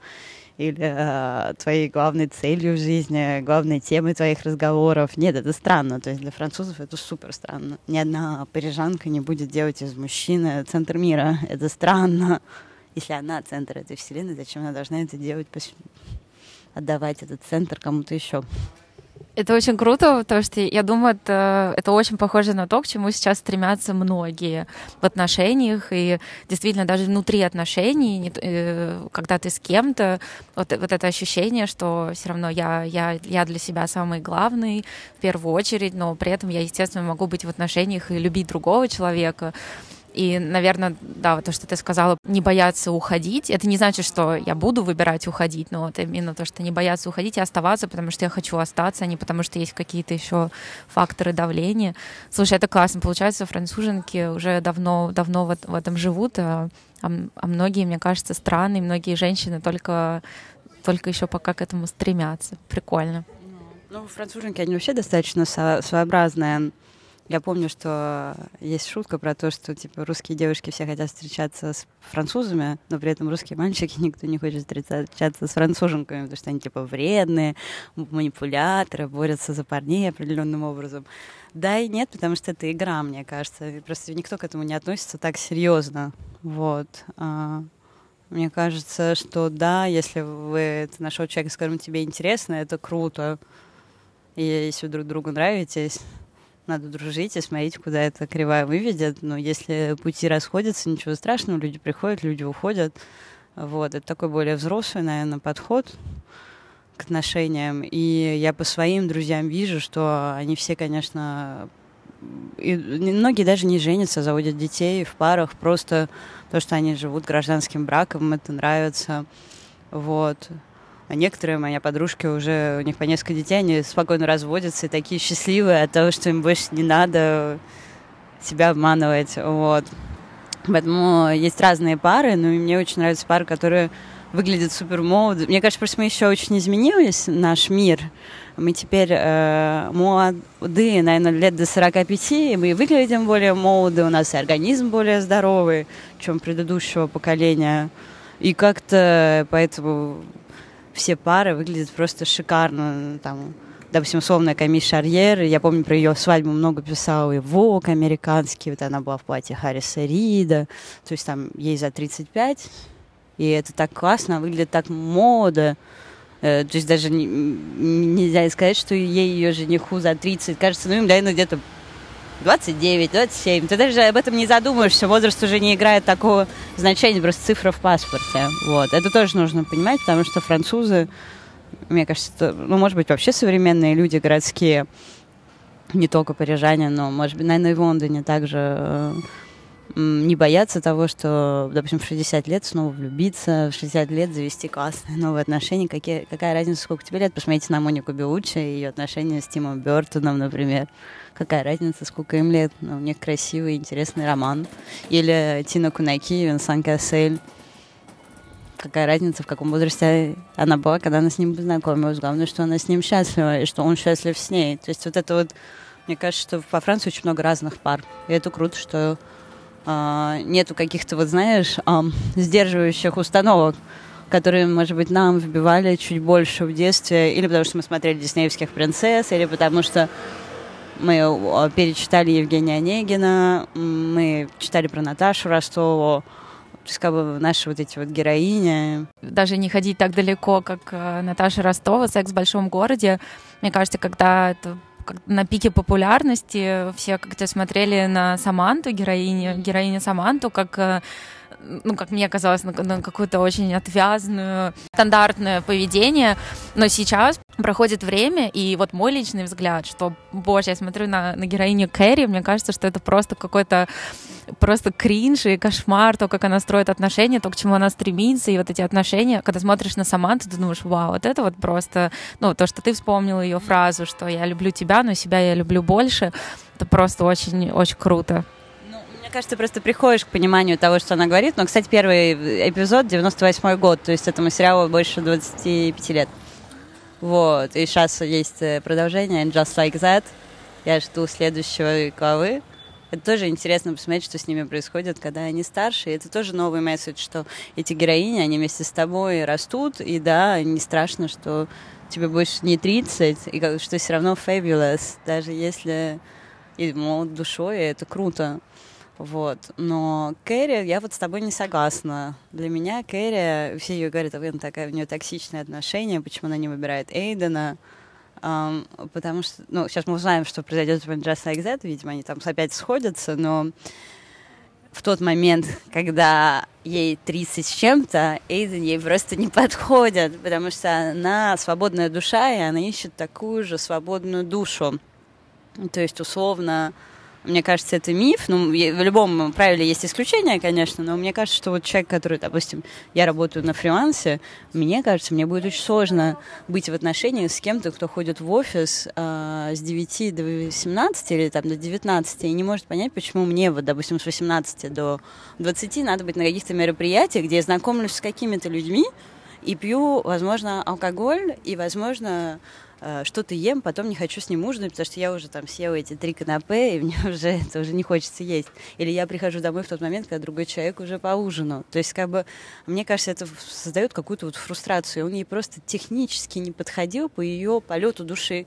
или твоей главной целью в жизни, главной темой твоих разговоров. Нет, это странно, то есть для французов это супер странно. Ни одна парижанка не будет делать из мужчины центр мира, это странно. Если она центр этой вселенной, зачем она должна это делать, отдавать этот центр кому-то еще? Это очень круто, потому что я думаю, это очень похоже на то, к чему сейчас стремятся многие в отношениях, и действительно даже внутри отношений, когда ты с кем-то, вот это ощущение, что все равно я для себя самый главный в первую очередь, но при этом я, естественно, могу быть в отношениях и любить другого человека. И, наверное, да, вот то, что ты сказала, не бояться уходить. Это не значит, что я буду выбирать уходить, но вот именно то, что не бояться уходить и оставаться, потому что я хочу остаться, а не потому что есть какие-то еще факторы давления. Слушай, это классно. Получается, француженки уже давно в этом живут, а многие, мне кажется, страны, многие женщины только еще пока к этому стремятся. Прикольно. Ну, француженки, они вообще достаточно своеобразные. Я помню, что есть шутка про то, что типа русские девушки все хотят встречаться с французами, но при этом русские мальчики никто не хочет встречаться с француженками, потому что они типа вредные, манипуляторы, борются за парней определенным образом. Да и нет, потому что это игра, мне кажется. Просто никто к этому не относится так серьезно. Вот. Мне кажется, что да, если ты нашел человека, с которым тебе интересно, это круто. И если вы друг другу нравитесь, надо дружить и смотреть, куда эта кривая выведет. Но если пути расходятся, ничего страшного, люди приходят, люди уходят. Вот. Это такой более взрослый, наверное, подход. к отношениям. И я по своим друзьям вижу, что они все, конечно... И многие даже не женятся, заводят детей в парах, просто то, что они живут гражданским браком, им это нравится. Вот. А некоторые мои подружки уже, у них по несколько детей, они спокойно разводятся и такие счастливые от того, что им больше не надо себя обманывать. Вот. Поэтому есть разные пары, но и мне очень нравятся пары, которые выглядят супер молодо. Мне кажется, просто мы еще очень изменились, наш мир. Мы теперь молодые, наверное, лет до 45, и мы выглядим более молоды, у нас и организм более здоровый, чем предыдущего поколения. И как-то поэтому все пары выглядят просто шикарно. Там, допустим, условная Камиль Шарьер, я помню, про ее свадьбу много писала и Vogue американский, вот она была в платье Харриса Рида, то есть там ей за 35, и это так классно, выглядит так молодо. То есть даже нельзя сказать, что ей ее жениху за 30. Кажется, ну им, наверное, где-то 29, 27. Ты даже об этом не задумываешься. Возраст уже не играет такого значения, просто цифра в паспорте. Вот. Это тоже нужно понимать, потому что французы, мне кажется, ну, может быть, вообще современные люди городские, не только парижане, но, может быть, наверное, и в Лондоне также не бояться того, что, допустим, в 60 лет снова влюбиться, в 60 лет завести классные новые отношения. Какая разница, сколько тебе лет? Посмотрите на Монику Беллуччи и ее отношения с Тимом Бёртоном, например. Какая разница, сколько им лет? Ну, у них красивый, интересный роман. Или Тина Кунаки и Винсан Кассель. Какая разница, в каком возрасте она была, когда она с ним познакомилась. Главное, что она с ним счастлива, и что он счастлив с ней. То есть вот это вот, мне кажется, что по Франции очень много разных пар. И это круто, что нету каких-то, вот знаешь, сдерживающих установок, которые, может быть, нам вбивали чуть больше в детстве, или потому что мы смотрели диснеевских принцесс, или потому что мы перечитали Евгения Онегина, мы читали про Наташу Ростову, то есть как бы наши вот эти вот героини. Даже не ходить так далеко, как Наташа Ростова, «Секс в большом городе». Мне кажется, когда это на пике популярности все как-то смотрели на Саманту, героиню Саманту, как, ну, как мне казалось, на какое-то очень отвязное, стандартное поведение. Но сейчас проходит время, и вот мой личный взгляд, что, боже, я смотрю на героиню Кэрри, мне кажется, что это просто какой-то просто кринж и кошмар, то, как она строит отношения, то, к чему она стремится, и вот эти отношения, когда смотришь на Саманту, ты думаешь, вау, вот это вот просто, ну, то, что ты вспомнила ее фразу, что я люблю тебя, но себя я люблю больше, это просто очень-очень круто. Мне кажется, ты просто приходишь к пониманию того, что она говорит. Но, кстати, первый эпизод 98-й год, то есть этому сериалу больше 25 лет. Вот, и сейчас есть продолжение «Just Like That». Я жду следующей главы. Это тоже интересно посмотреть, что с ними происходит, когда они старше. И это тоже новый месседж, что эти героини, они вместе с тобой растут. И да, не страшно, что тебе больше не 30, и что все равно fabulous, даже если и молод душой, и это круто. Вот. Но Кэрри, я вот с тобой не согласна. Для меня Кэрри, все ее говорят, у нее токсичные отношения, почему она не выбирает Эйдена. Потому что, ну, сейчас мы узнаем, что произойдет в Just Like That, видимо, они там опять сходятся, но в тот момент, когда ей 30 с чем-то, Эйден ей просто не подходит, потому что она свободная душа, и она ищет такую же свободную душу. То есть, условно, мне кажется, это миф. Ну, в любом правиле есть исключения, конечно, но мне кажется, что вот человек, который, допустим, я работаю на фрилансе, мне кажется, мне будет очень сложно быть в отношениях с кем-то, кто ходит в офис с 9 до 18 или там до 19 и не может понять, почему мне, вот, допустим, с 18 до 20 надо быть на каких-то мероприятиях, где я знакомлюсь с какими-то людьми и пью, возможно, алкоголь и, возможно, что-то ем, потом не хочу с ним ужинать, потому что я уже там съела эти 3 канапе, и мне уже это уже не хочется есть. Или я прихожу домой в тот момент, когда другой человек уже поужинал. То есть, как бы, мне кажется, это создает какую-то вот фрустрацию. Он ей просто технически не подходил по ее полету души.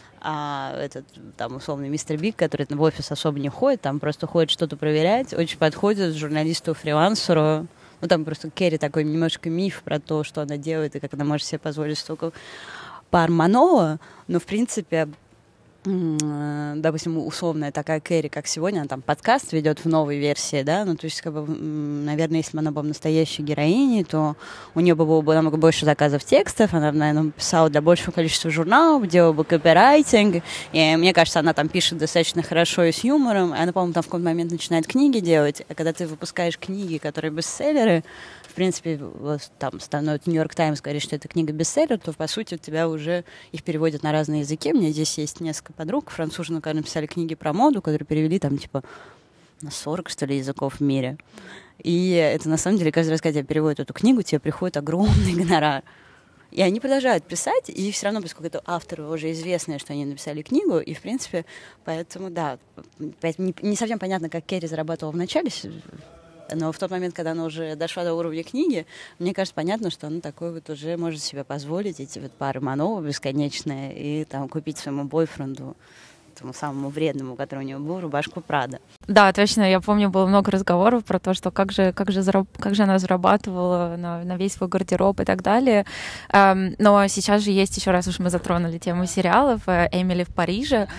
А этот, там, условный мистер Биг, который в офис особо не ходит, там просто ходит что-то проверять, очень подходит журналисту-фрилансеру. Ну, там просто Кэрри такой немножко миф про то, что она делает, и как она может себе позволить столько пар Манова, но, в принципе, допустим, условная такая Кэрри, как сегодня, она там подкаст ведет в новой версии, да, ну, то есть, как бы, наверное, если бы она была настоящей героиней, то у нее было бы намного больше заказов текстов, она, наверное, писала для большего количества журналов, делала бы копирайтинг, и мне кажется, она там пишет достаточно хорошо и с юмором, и она, по-моему, там в какой-то момент начинает книги делать, а когда ты выпускаешь книги, которые бестселлеры, в принципе, вот, там становится Нью-Йорк Таймс говорит, что это книга бестселлер, то, по сути, у тебя уже их переводят на разные языки. У меня здесь есть несколько подруг, француженок, которые написали книги про моду, которые перевели там, типа, на 40, что ли, языков в мире. И это, на самом деле, каждый раз, когда тебе переводят эту книгу, тебе приходит огромный гонорар. И они продолжают писать, и все равно, поскольку это авторы уже известные, что они написали книгу, и, в принципе, поэтому, да, не совсем понятно, как Кэрри зарабатывала в начале, но в тот момент, когда она уже дошла до уровня книги, мне кажется, понятно, что она такой вот уже может себе позволить эти вот пары Манова бесконечные и там купить своему бойфренду, тому самому вредному, который у него был, рубашку Прада. Да, точно. Я помню, было много разговоров про то, что как же она зарабатывала на весь свой гардероб и так далее. Но сейчас же есть, еще раз уж мы затронули тему сериалов, «Эмили в Париже».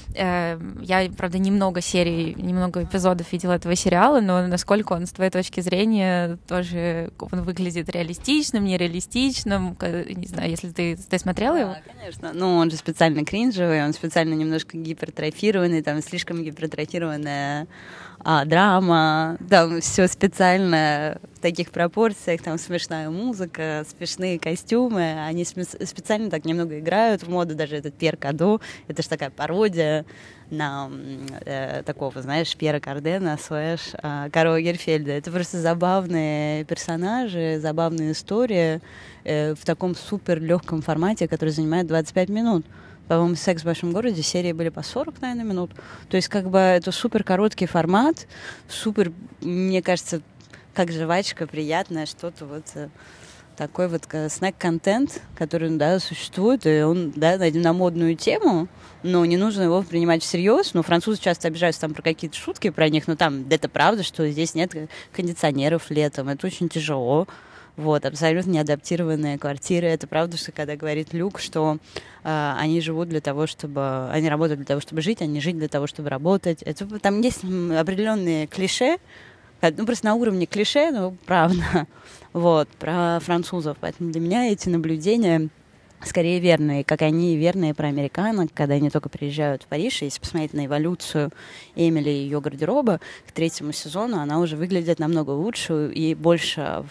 Я, правда, немного эпизодов видела этого сериала, но насколько он, с твоей точки зрения, тоже он выглядит реалистичным, нереалистичным? Не знаю, если ты смотрела его? Да, конечно. Ну, он же специально кринжевый, он специально немножко гипертрофированный, там слишком гипертрофированная драма, там все специально в таких пропорциях, там смешная музыка, смешные костюмы, они специально так немного играют в моду, даже этот Пьер Кадо, это же такая пародия на такого, знаешь, Пьера Кардена слэш Карла Герфельда. Это просто забавные персонажи, забавная история в таком супер легком формате, который занимает 25 минут. По-моему, «Секс в большом городе» серии были по 40, наверное, минут. То есть, как бы, это супер короткий формат, супер, мне кажется, как жвачка, приятное, что-то вот такой вот снэк-контент, который, да, существует, и он, да, на модную тему, но не нужно его принимать всерьез. Ну, французы часто обижаются там про какие-то шутки про них, но там это правда, что здесь нет кондиционеров летом, это очень тяжело. Вот, абсолютно неадаптированные квартиры. Это правда, что когда говорит Люк, что они живут для того, чтобы... Они работают для того, чтобы жить, а не жить для того, чтобы работать. Это, там есть определенные клише, ну, просто на уровне клише, но правда, вот, про французов. Поэтому для меня эти наблюдения скорее верные, как они верные про американок, когда они только приезжают в Париж. Если посмотреть на эволюцию Эмили и ее гардероба, к 3-му сезону она уже выглядит намного лучше и больше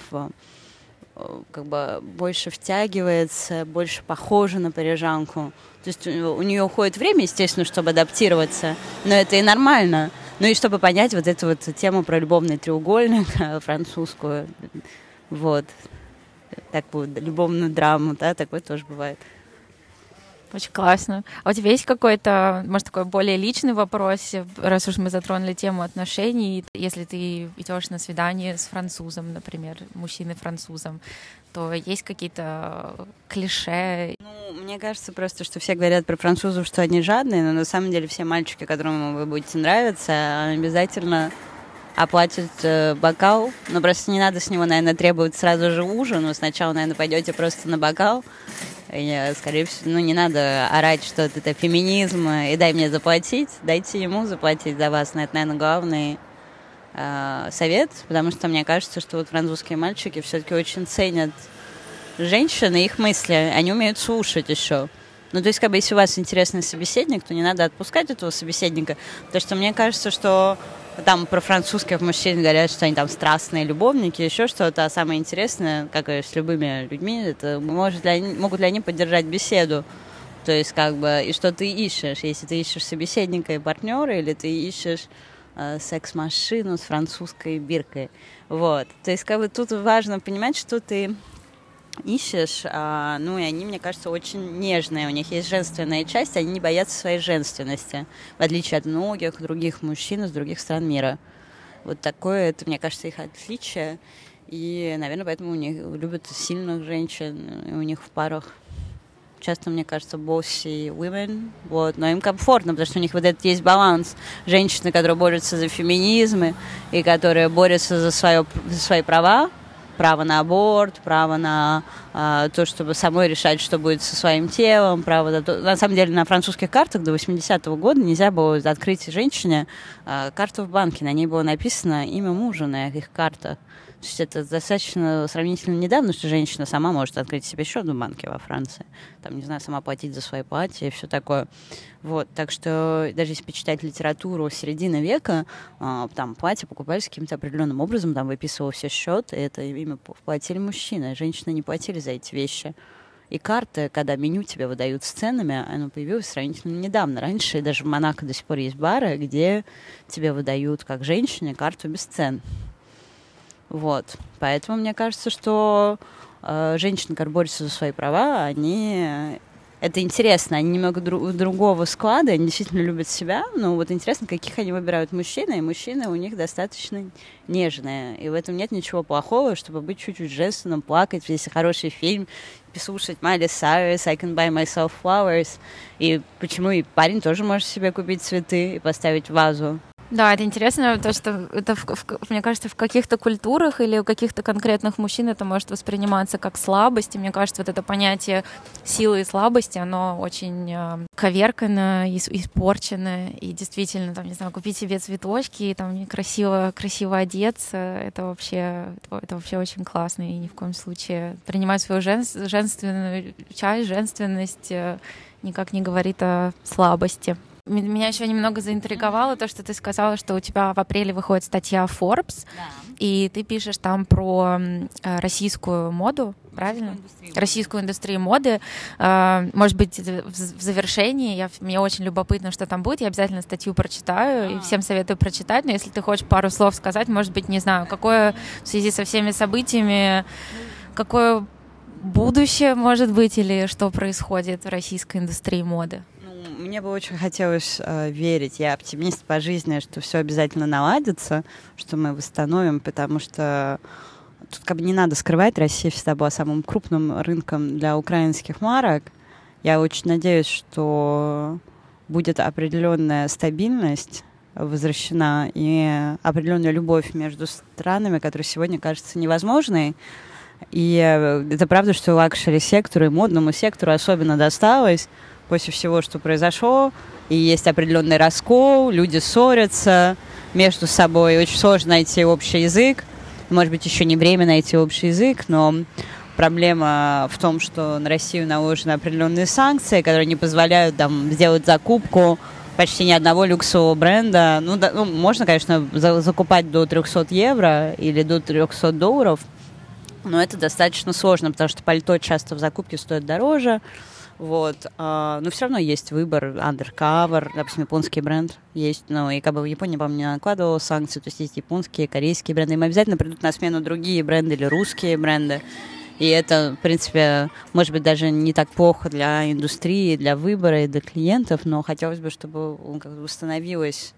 как бы больше втягивается, больше похожа на парижанку. То есть у нее уходит время, естественно, чтобы адаптироваться, но это и нормально. Ну и чтобы понять вот эту вот тему про любовный треугольник французскую, вот, такую любовную драму, да, такое тоже бывает. Очень классно. А у тебя есть какой-то, может, такой более личный вопрос, раз уж мы затронули тему отношений? Если ты идешь на свидание с французом, например, мужчиной-французом, то есть какие-то клише? Ну, мне кажется просто, что все говорят про французов, что они жадные, но на самом деле все мальчики, которым вы будете нравиться, обязательно оплатят бокал. Но просто не надо с него, наверное, требовать сразу же ужин, но сначала, наверное, пойдете просто на бокал. И, скорее всего, не надо орать, что это феминизм, и дай мне заплатить, дайте ему заплатить за вас. Это, наверное, главный совет, потому что мне кажется, что вот французские мальчики все-таки очень ценят женщин и их мысли, они умеют слушать еще. Ну, то есть, как бы, если у вас интересный собеседник, то не надо отпускать этого собеседника, потому что мне кажется, что там про французских мужчин говорят, что они там страстные любовники, еще что-то, а самое интересное, как и с любыми людьми, это могут ли они поддержать беседу, то есть, как бы, и что ты ищешь, если ты ищешь собеседника и партнера, или ты ищешь секс-машину с французской биркой, вот, то есть, как бы, тут важно понимать, что ты ищешь, ну, и они, мне кажется, очень нежные, у них есть женственная часть, они не боятся своей женственности, в отличие от многих других мужчин из других стран мира. Вот такое, это, мне кажется, их отличие, и, наверное, поэтому у них любят сильных женщин, и у них в парах часто, мне кажется, bossy women, вот, но им комфортно, потому что у них вот этот есть баланс. Женщины, которые борются за феминизм, и которые борются за свои права, право на аборт, право на то, чтобы самой решать, что будет со своим телом, право на то... На самом деле на французских картах до 80-го года нельзя было открыть женщине карту в банке, на ней было написано имя мужа на их картах. То есть это достаточно сравнительно недавно, что женщина сама может открыть себе счет в банке во Франции. Там, не знаю, сама платить за свои платья и все такое. Вот, так что даже если почитать литературу середины века, там платья покупались каким-то определенным образом, там выписывался счет, и это именно платили мужчины, женщины не платили за эти вещи. И карты, когда меню тебе выдают с ценами, оно появилось сравнительно недавно. Раньше даже в Монако до сих пор есть бары, где тебе выдают как женщине карту без цен. Вот. Поэтому мне кажется, что женщины, которые борются за свои права, они... Это интересно, они немного другого склада, они действительно любят себя, но вот интересно, каких они выбирают мужчины, и мужчины у них достаточно нежные. И в этом нет ничего плохого, чтобы быть чуть-чуть женственным, плакать, если хороший фильм, слушать Майли Сайрус, I Can Buy Myself Flowers. И почему и парень тоже может себе купить цветы и поставить в вазу. Да, это интересно, то, что это, мне кажется, в каких-то культурах или у каких-то конкретных мужчин это может восприниматься как слабость. И мне кажется, вот это понятие силы и слабости, оно очень коверкано, испорчено. И действительно, там, не знаю, купить себе цветочки и там красиво одеться, это вообще очень классно. И ни в коем случае принимать свою женственную часть, женственность никак не говорит о слабости. Меня еще немного заинтриговало то, что ты сказала, что у тебя в апреле выходит статья Forbes, да. И ты пишешь там про российскую моду, правильно? Российскую индустрию моды. Может быть, в завершении, мне очень любопытно, что там будет, я обязательно статью прочитаю, и всем советую прочитать, но если ты хочешь пару слов сказать, может быть, не знаю, какое в связи со всеми событиями, какое будущее, может быть, или что происходит в российской индустрии моды? Мне бы очень хотелось верить, я оптимист по жизни, что все обязательно наладится, что мы восстановим, потому что тут как бы не надо скрывать, Россия всегда была самым крупным рынком для украинских марок. Я очень надеюсь, что будет определенная стабильность возвращена и определенная любовь между странами, которая сегодня кажется невозможной. И это правда, что лакшери-сектору и модному сектору особенно досталось после всего, что произошло, и есть определенный раскол, люди ссорятся между собой, очень сложно найти общий язык, может быть, еще не время найти общий язык, но проблема в том, что на Россию наложены определенные санкции, которые не позволяют там сделать закупку почти ни одного люксового бренда. Можно, конечно, закупать до 300 евро или до $300, но это достаточно сложно, потому что пальто часто в закупке стоит дороже. Вот. Но все равно есть выбор, Undercover, допустим, японский бренд есть, и как бы в Японии, по-моему, не накладывала санкции, то есть есть японские, корейские бренды, им обязательно придут на смену другие бренды или русские бренды, и это, в принципе, может быть, даже не так плохо для индустрии, для выбора и для клиентов, но хотелось бы, чтобы установилась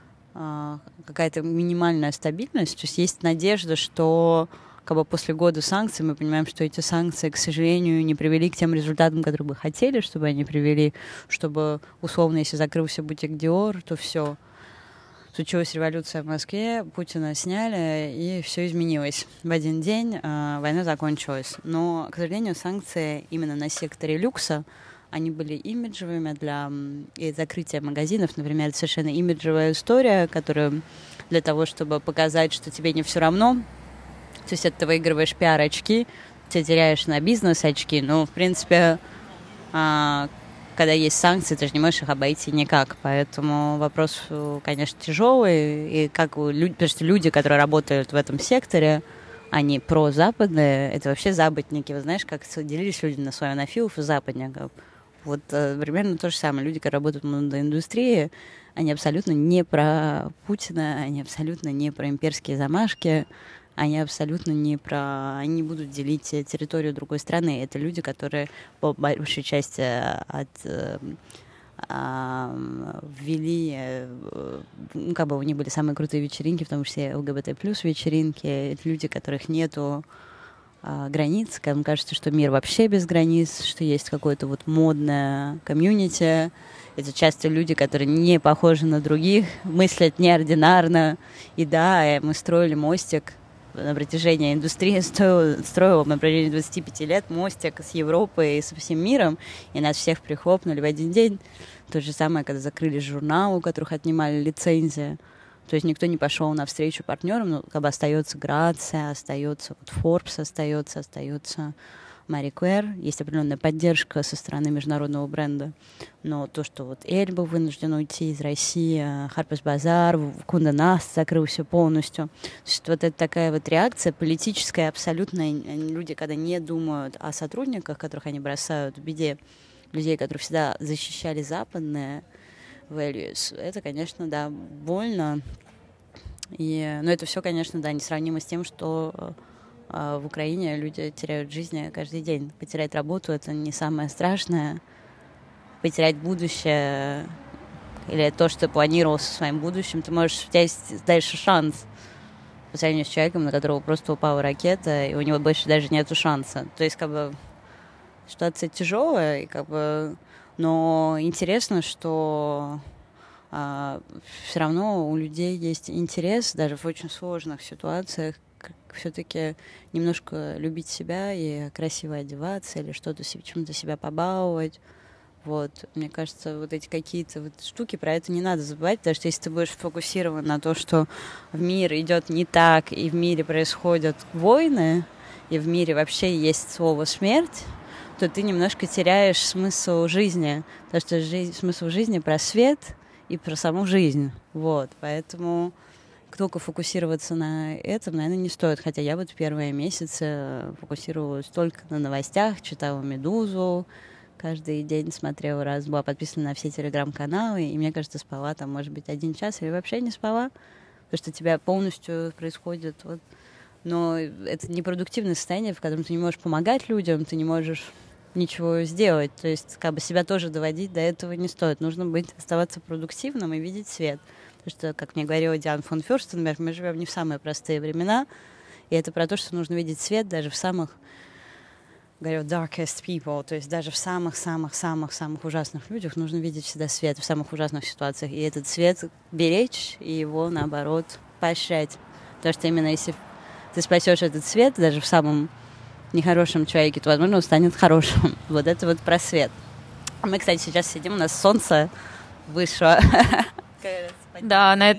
какая-то минимальная стабильность, то есть надежда, что как бы после года санкций мы понимаем, что эти санкции, к сожалению, не привели к тем результатам, которые бы хотели, чтобы они привели, чтобы, условно, если закрылся бутик Dior, то все. Случилась революция в Москве, Путина сняли, и все изменилось. В один день война закончилась. Но, к сожалению, санкции именно на секторе люкса, они были имиджевыми для закрытия магазинов. Например, это совершенно имиджевая история, которая для того, чтобы показать, что тебе не все равно. То есть это ты выигрываешь пиар-очки, ты теряешь на бизнес-очки. Но, в принципе, когда есть санкции, ты же не можешь их обойти никак. Поэтому вопрос, конечно, тяжелый. И потому что люди, которые работают в этом секторе, они прозападные, это вообще западники. Вы знаешь, как делились люди на славянофилов и западников? Вот примерно то же самое. Люди, которые работают в модной индустрии, они абсолютно не про Путина, они абсолютно не про имперские замашки, они абсолютно они не будут делить территорию другой страны. Это люди, которые по большей части ввели, как бы у них были самые крутые вечеринки, в том числе ЛГБТ плюс вечеринки. Это люди, у которых нету границ, кому кажется, что мир вообще без границ, что есть какое-то вот модное комьюнити. Это часто люди, которые не похожи на других, мыслят неординарно. И да, мы строили мостик на протяжении индустрии строила на протяжении 25 лет мостик с Европой и со всем миром, и нас всех прихлопнули в один день. То же самое, когда закрыли журнал, у которых отнимали лицензии. То есть никто не пошел навстречу партнерам, но как бы остается Грация, остается вот Forbes, остается Мари Клэр, есть определенная поддержка со стороны международного бренда. Но то, что вот Эль был вынужден уйти из России, Harper's Bazaar, Condé Nast закрылся полностью. То есть вот это такая вот реакция политическая абсолютно. Люди, когда не думают о сотрудниках, которых они бросают в беде, людей, которые всегда защищали западные values, это, конечно, да, больно. Но это все, конечно, да, несравнимо с тем, что в Украине люди теряют жизни каждый день. Потерять работу — это не самое страшное. Потерять будущее или то, что ты планировал со своим будущим, у тебя есть дальше шанс по сравнению с человеком, на которого просто упала ракета, и у него больше даже нету шанса. То есть, как бы, ситуация тяжелая, и как бы, но интересно, что все равно у людей есть интерес даже в очень сложных ситуациях все-таки немножко любить себя и красиво одеваться или что-то, чем-то себя побаловать. Вот. Мне кажется, вот эти какие-то вот штуки, про это не надо забывать, потому что если ты будешь сфокусирован на то, что в мир идет не так, и в мире происходят войны, и в мире вообще есть слово «смерть», то ты немножко теряешь смысл жизни, потому что смысл жизни про свет и про саму жизнь. Вот. Поэтому только фокусироваться на этом, наверное, не стоит. Хотя я вот в первые месяцы фокусировалась только на новостях, читала «Медузу», каждый день смотрела раз, была подписана на все телеграм-каналы, и, мне кажется, спала там, может быть, 1 час или вообще не спала, потому что у тебя полностью происходит вот. Но это непродуктивное состояние, в котором ты не можешь помогать людям, ты не можешь ничего сделать. То есть как бы себя тоже доводить до этого не стоит. Нужно оставаться продуктивным и видеть свет. Потому что, как мне говорила Диана фон Фюрст, например, мы живем не в самые простые времена, и это про то, что нужно видеть свет даже в самых, говорю, darkest people, то есть даже в самых-самых-самых-самых ужасных людях нужно видеть всегда свет, в самых ужасных ситуациях. И этот свет беречь и его, наоборот, поощрять. Потому что именно если ты спасешь этот свет даже в самом нехорошем человеке, то, возможно, он станет хорошим. Вот это вот про свет. Мы, кстати, сейчас сидим, у нас солнце вышло. Да, на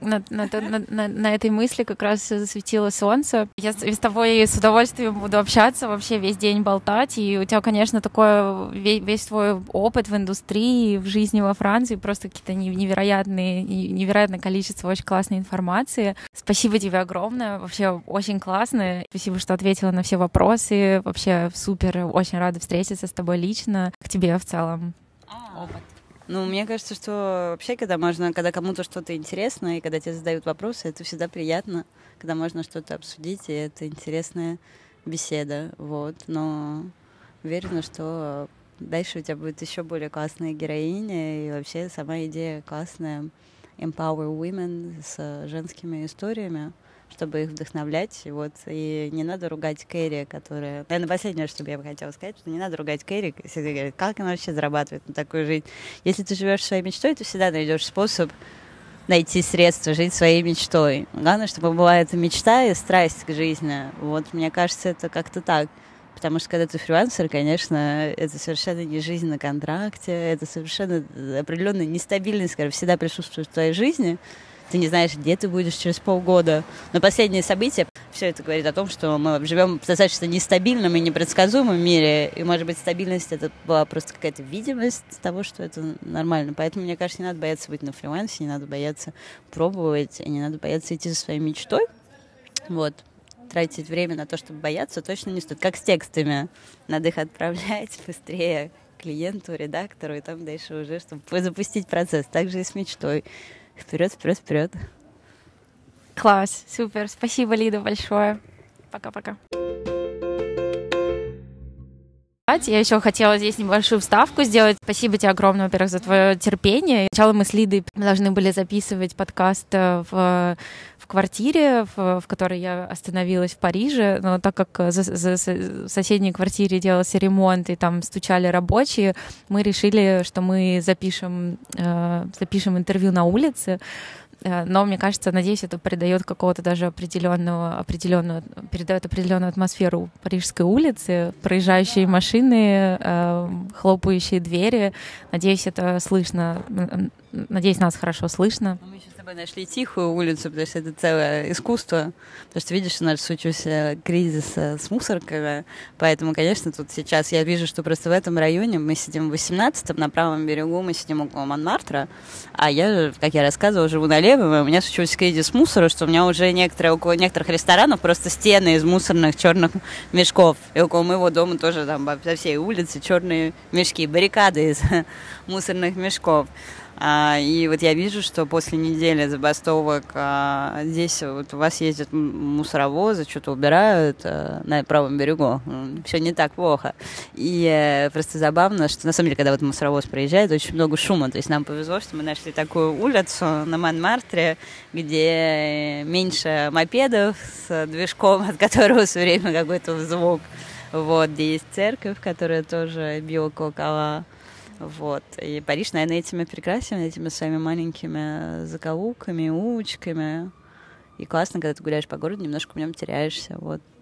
этой мысли как раз засветило солнце. Я с тобой с удовольствием буду общаться, вообще весь день болтать. И у тебя, конечно, такой весь твой опыт в индустрии, в жизни во Франции, просто какие-то невероятное количество очень классной информации. Спасибо тебе огромное, вообще очень классно. Спасибо, что ответила на все вопросы. Вообще супер, очень рада встретиться с тобой лично. К тебе в целом опыт. Ну, мне кажется, что вообще, когда кому-то что-то интересно, и когда тебе задают вопросы, это всегда приятно, когда можно что-то обсудить, и это интересная беседа, вот. Но уверена, что дальше у тебя будет еще более классная героиня, и вообще сама идея классная empower women с женскими историями, чтобы их вдохновлять. Вот. И не надо ругать Кэрри, которая... Наверное, последнее, что я бы хотела сказать, что не надо ругать Кэрри, если говорят, как она вообще зарабатывает на такую жизнь. Если ты живешь своей мечтой, ты всегда найдешь способ найти средства жить своей мечтой. Главное, чтобы была эта мечта и страсть к жизни. Вот, мне кажется, это как-то так. Потому что когда ты фрилансер, конечно, это совершенно не жизнь на контракте, это совершенно определенная нестабильность, которая всегда присутствует в твоей жизни. Ты не знаешь, где ты будешь через полгода. Но последние события, все это говорит о том, что мы живем в достаточно нестабильном и непредсказуемом мире. И, может быть, стабильность — это была просто какая-то видимость того, что это нормально. Поэтому, мне кажется, не надо бояться быть на фрилансе, не надо бояться пробовать, и не надо бояться идти за своей мечтой. Вот. Тратить время на то, чтобы бояться, точно не стоит. Как с текстами. Надо их отправлять быстрее клиенту, редактору, и там дальше уже, чтобы запустить процесс. Так же и с мечтой. Вперед, вперед, вперед. Класс, супер. Спасибо, Лида, большое. Пока-пока. Я еще хотела здесь небольшую вставку сделать. Спасибо тебе огромное, во-первых, за твое терпение. Сначала мы с Лидой должны были записывать подкаст в квартире, в которой я остановилась в Париже, но так как в соседней квартире делался ремонт и там стучали рабочие, мы решили, что мы запишем интервью на улице. но мне кажется, надеюсь, это придает какого-то даже передает определенную атмосферу парижской улицы, проезжающие машины, хлопающие двери. Надеюсь, это слышно. Надеюсь, нас хорошо слышно. Мы еще с тобой нашли тихую улицу, потому что это целое искусство. Потому что, видишь, у нас случился кризис с мусорками. Поэтому, конечно, тут сейчас я вижу, что просто в этом районе мы сидим в 18-м, на правом берегу мы сидим около Монмартра. А я, как я рассказывала, живу на левом, и у меня случился кризис мусора, что у меня уже около некоторых ресторанов просто стены из мусорных черных мешков. И около моего дома тоже там по всей улице черные мешки, баррикады из мусорных мешков. И вот я вижу, что после недели забастовок здесь вот у вас ездят мусоровозы, что-то убирают на правом берегу. Все не так плохо. И просто забавно, что на самом деле, когда вот мусоровоз проезжает, очень много шума. То есть нам повезло, что мы нашли такую улицу на Монмартре, где меньше мопедов с движком, от которого все время какой-то звук. Вот, где есть церковь, которая тоже бьет колокола. Вот. И Париж, наверное, этими прекрасен, этими своими маленькими закоулками, улочками. И классно, когда ты гуляешь по городу, немножко в нем теряешься. Вот.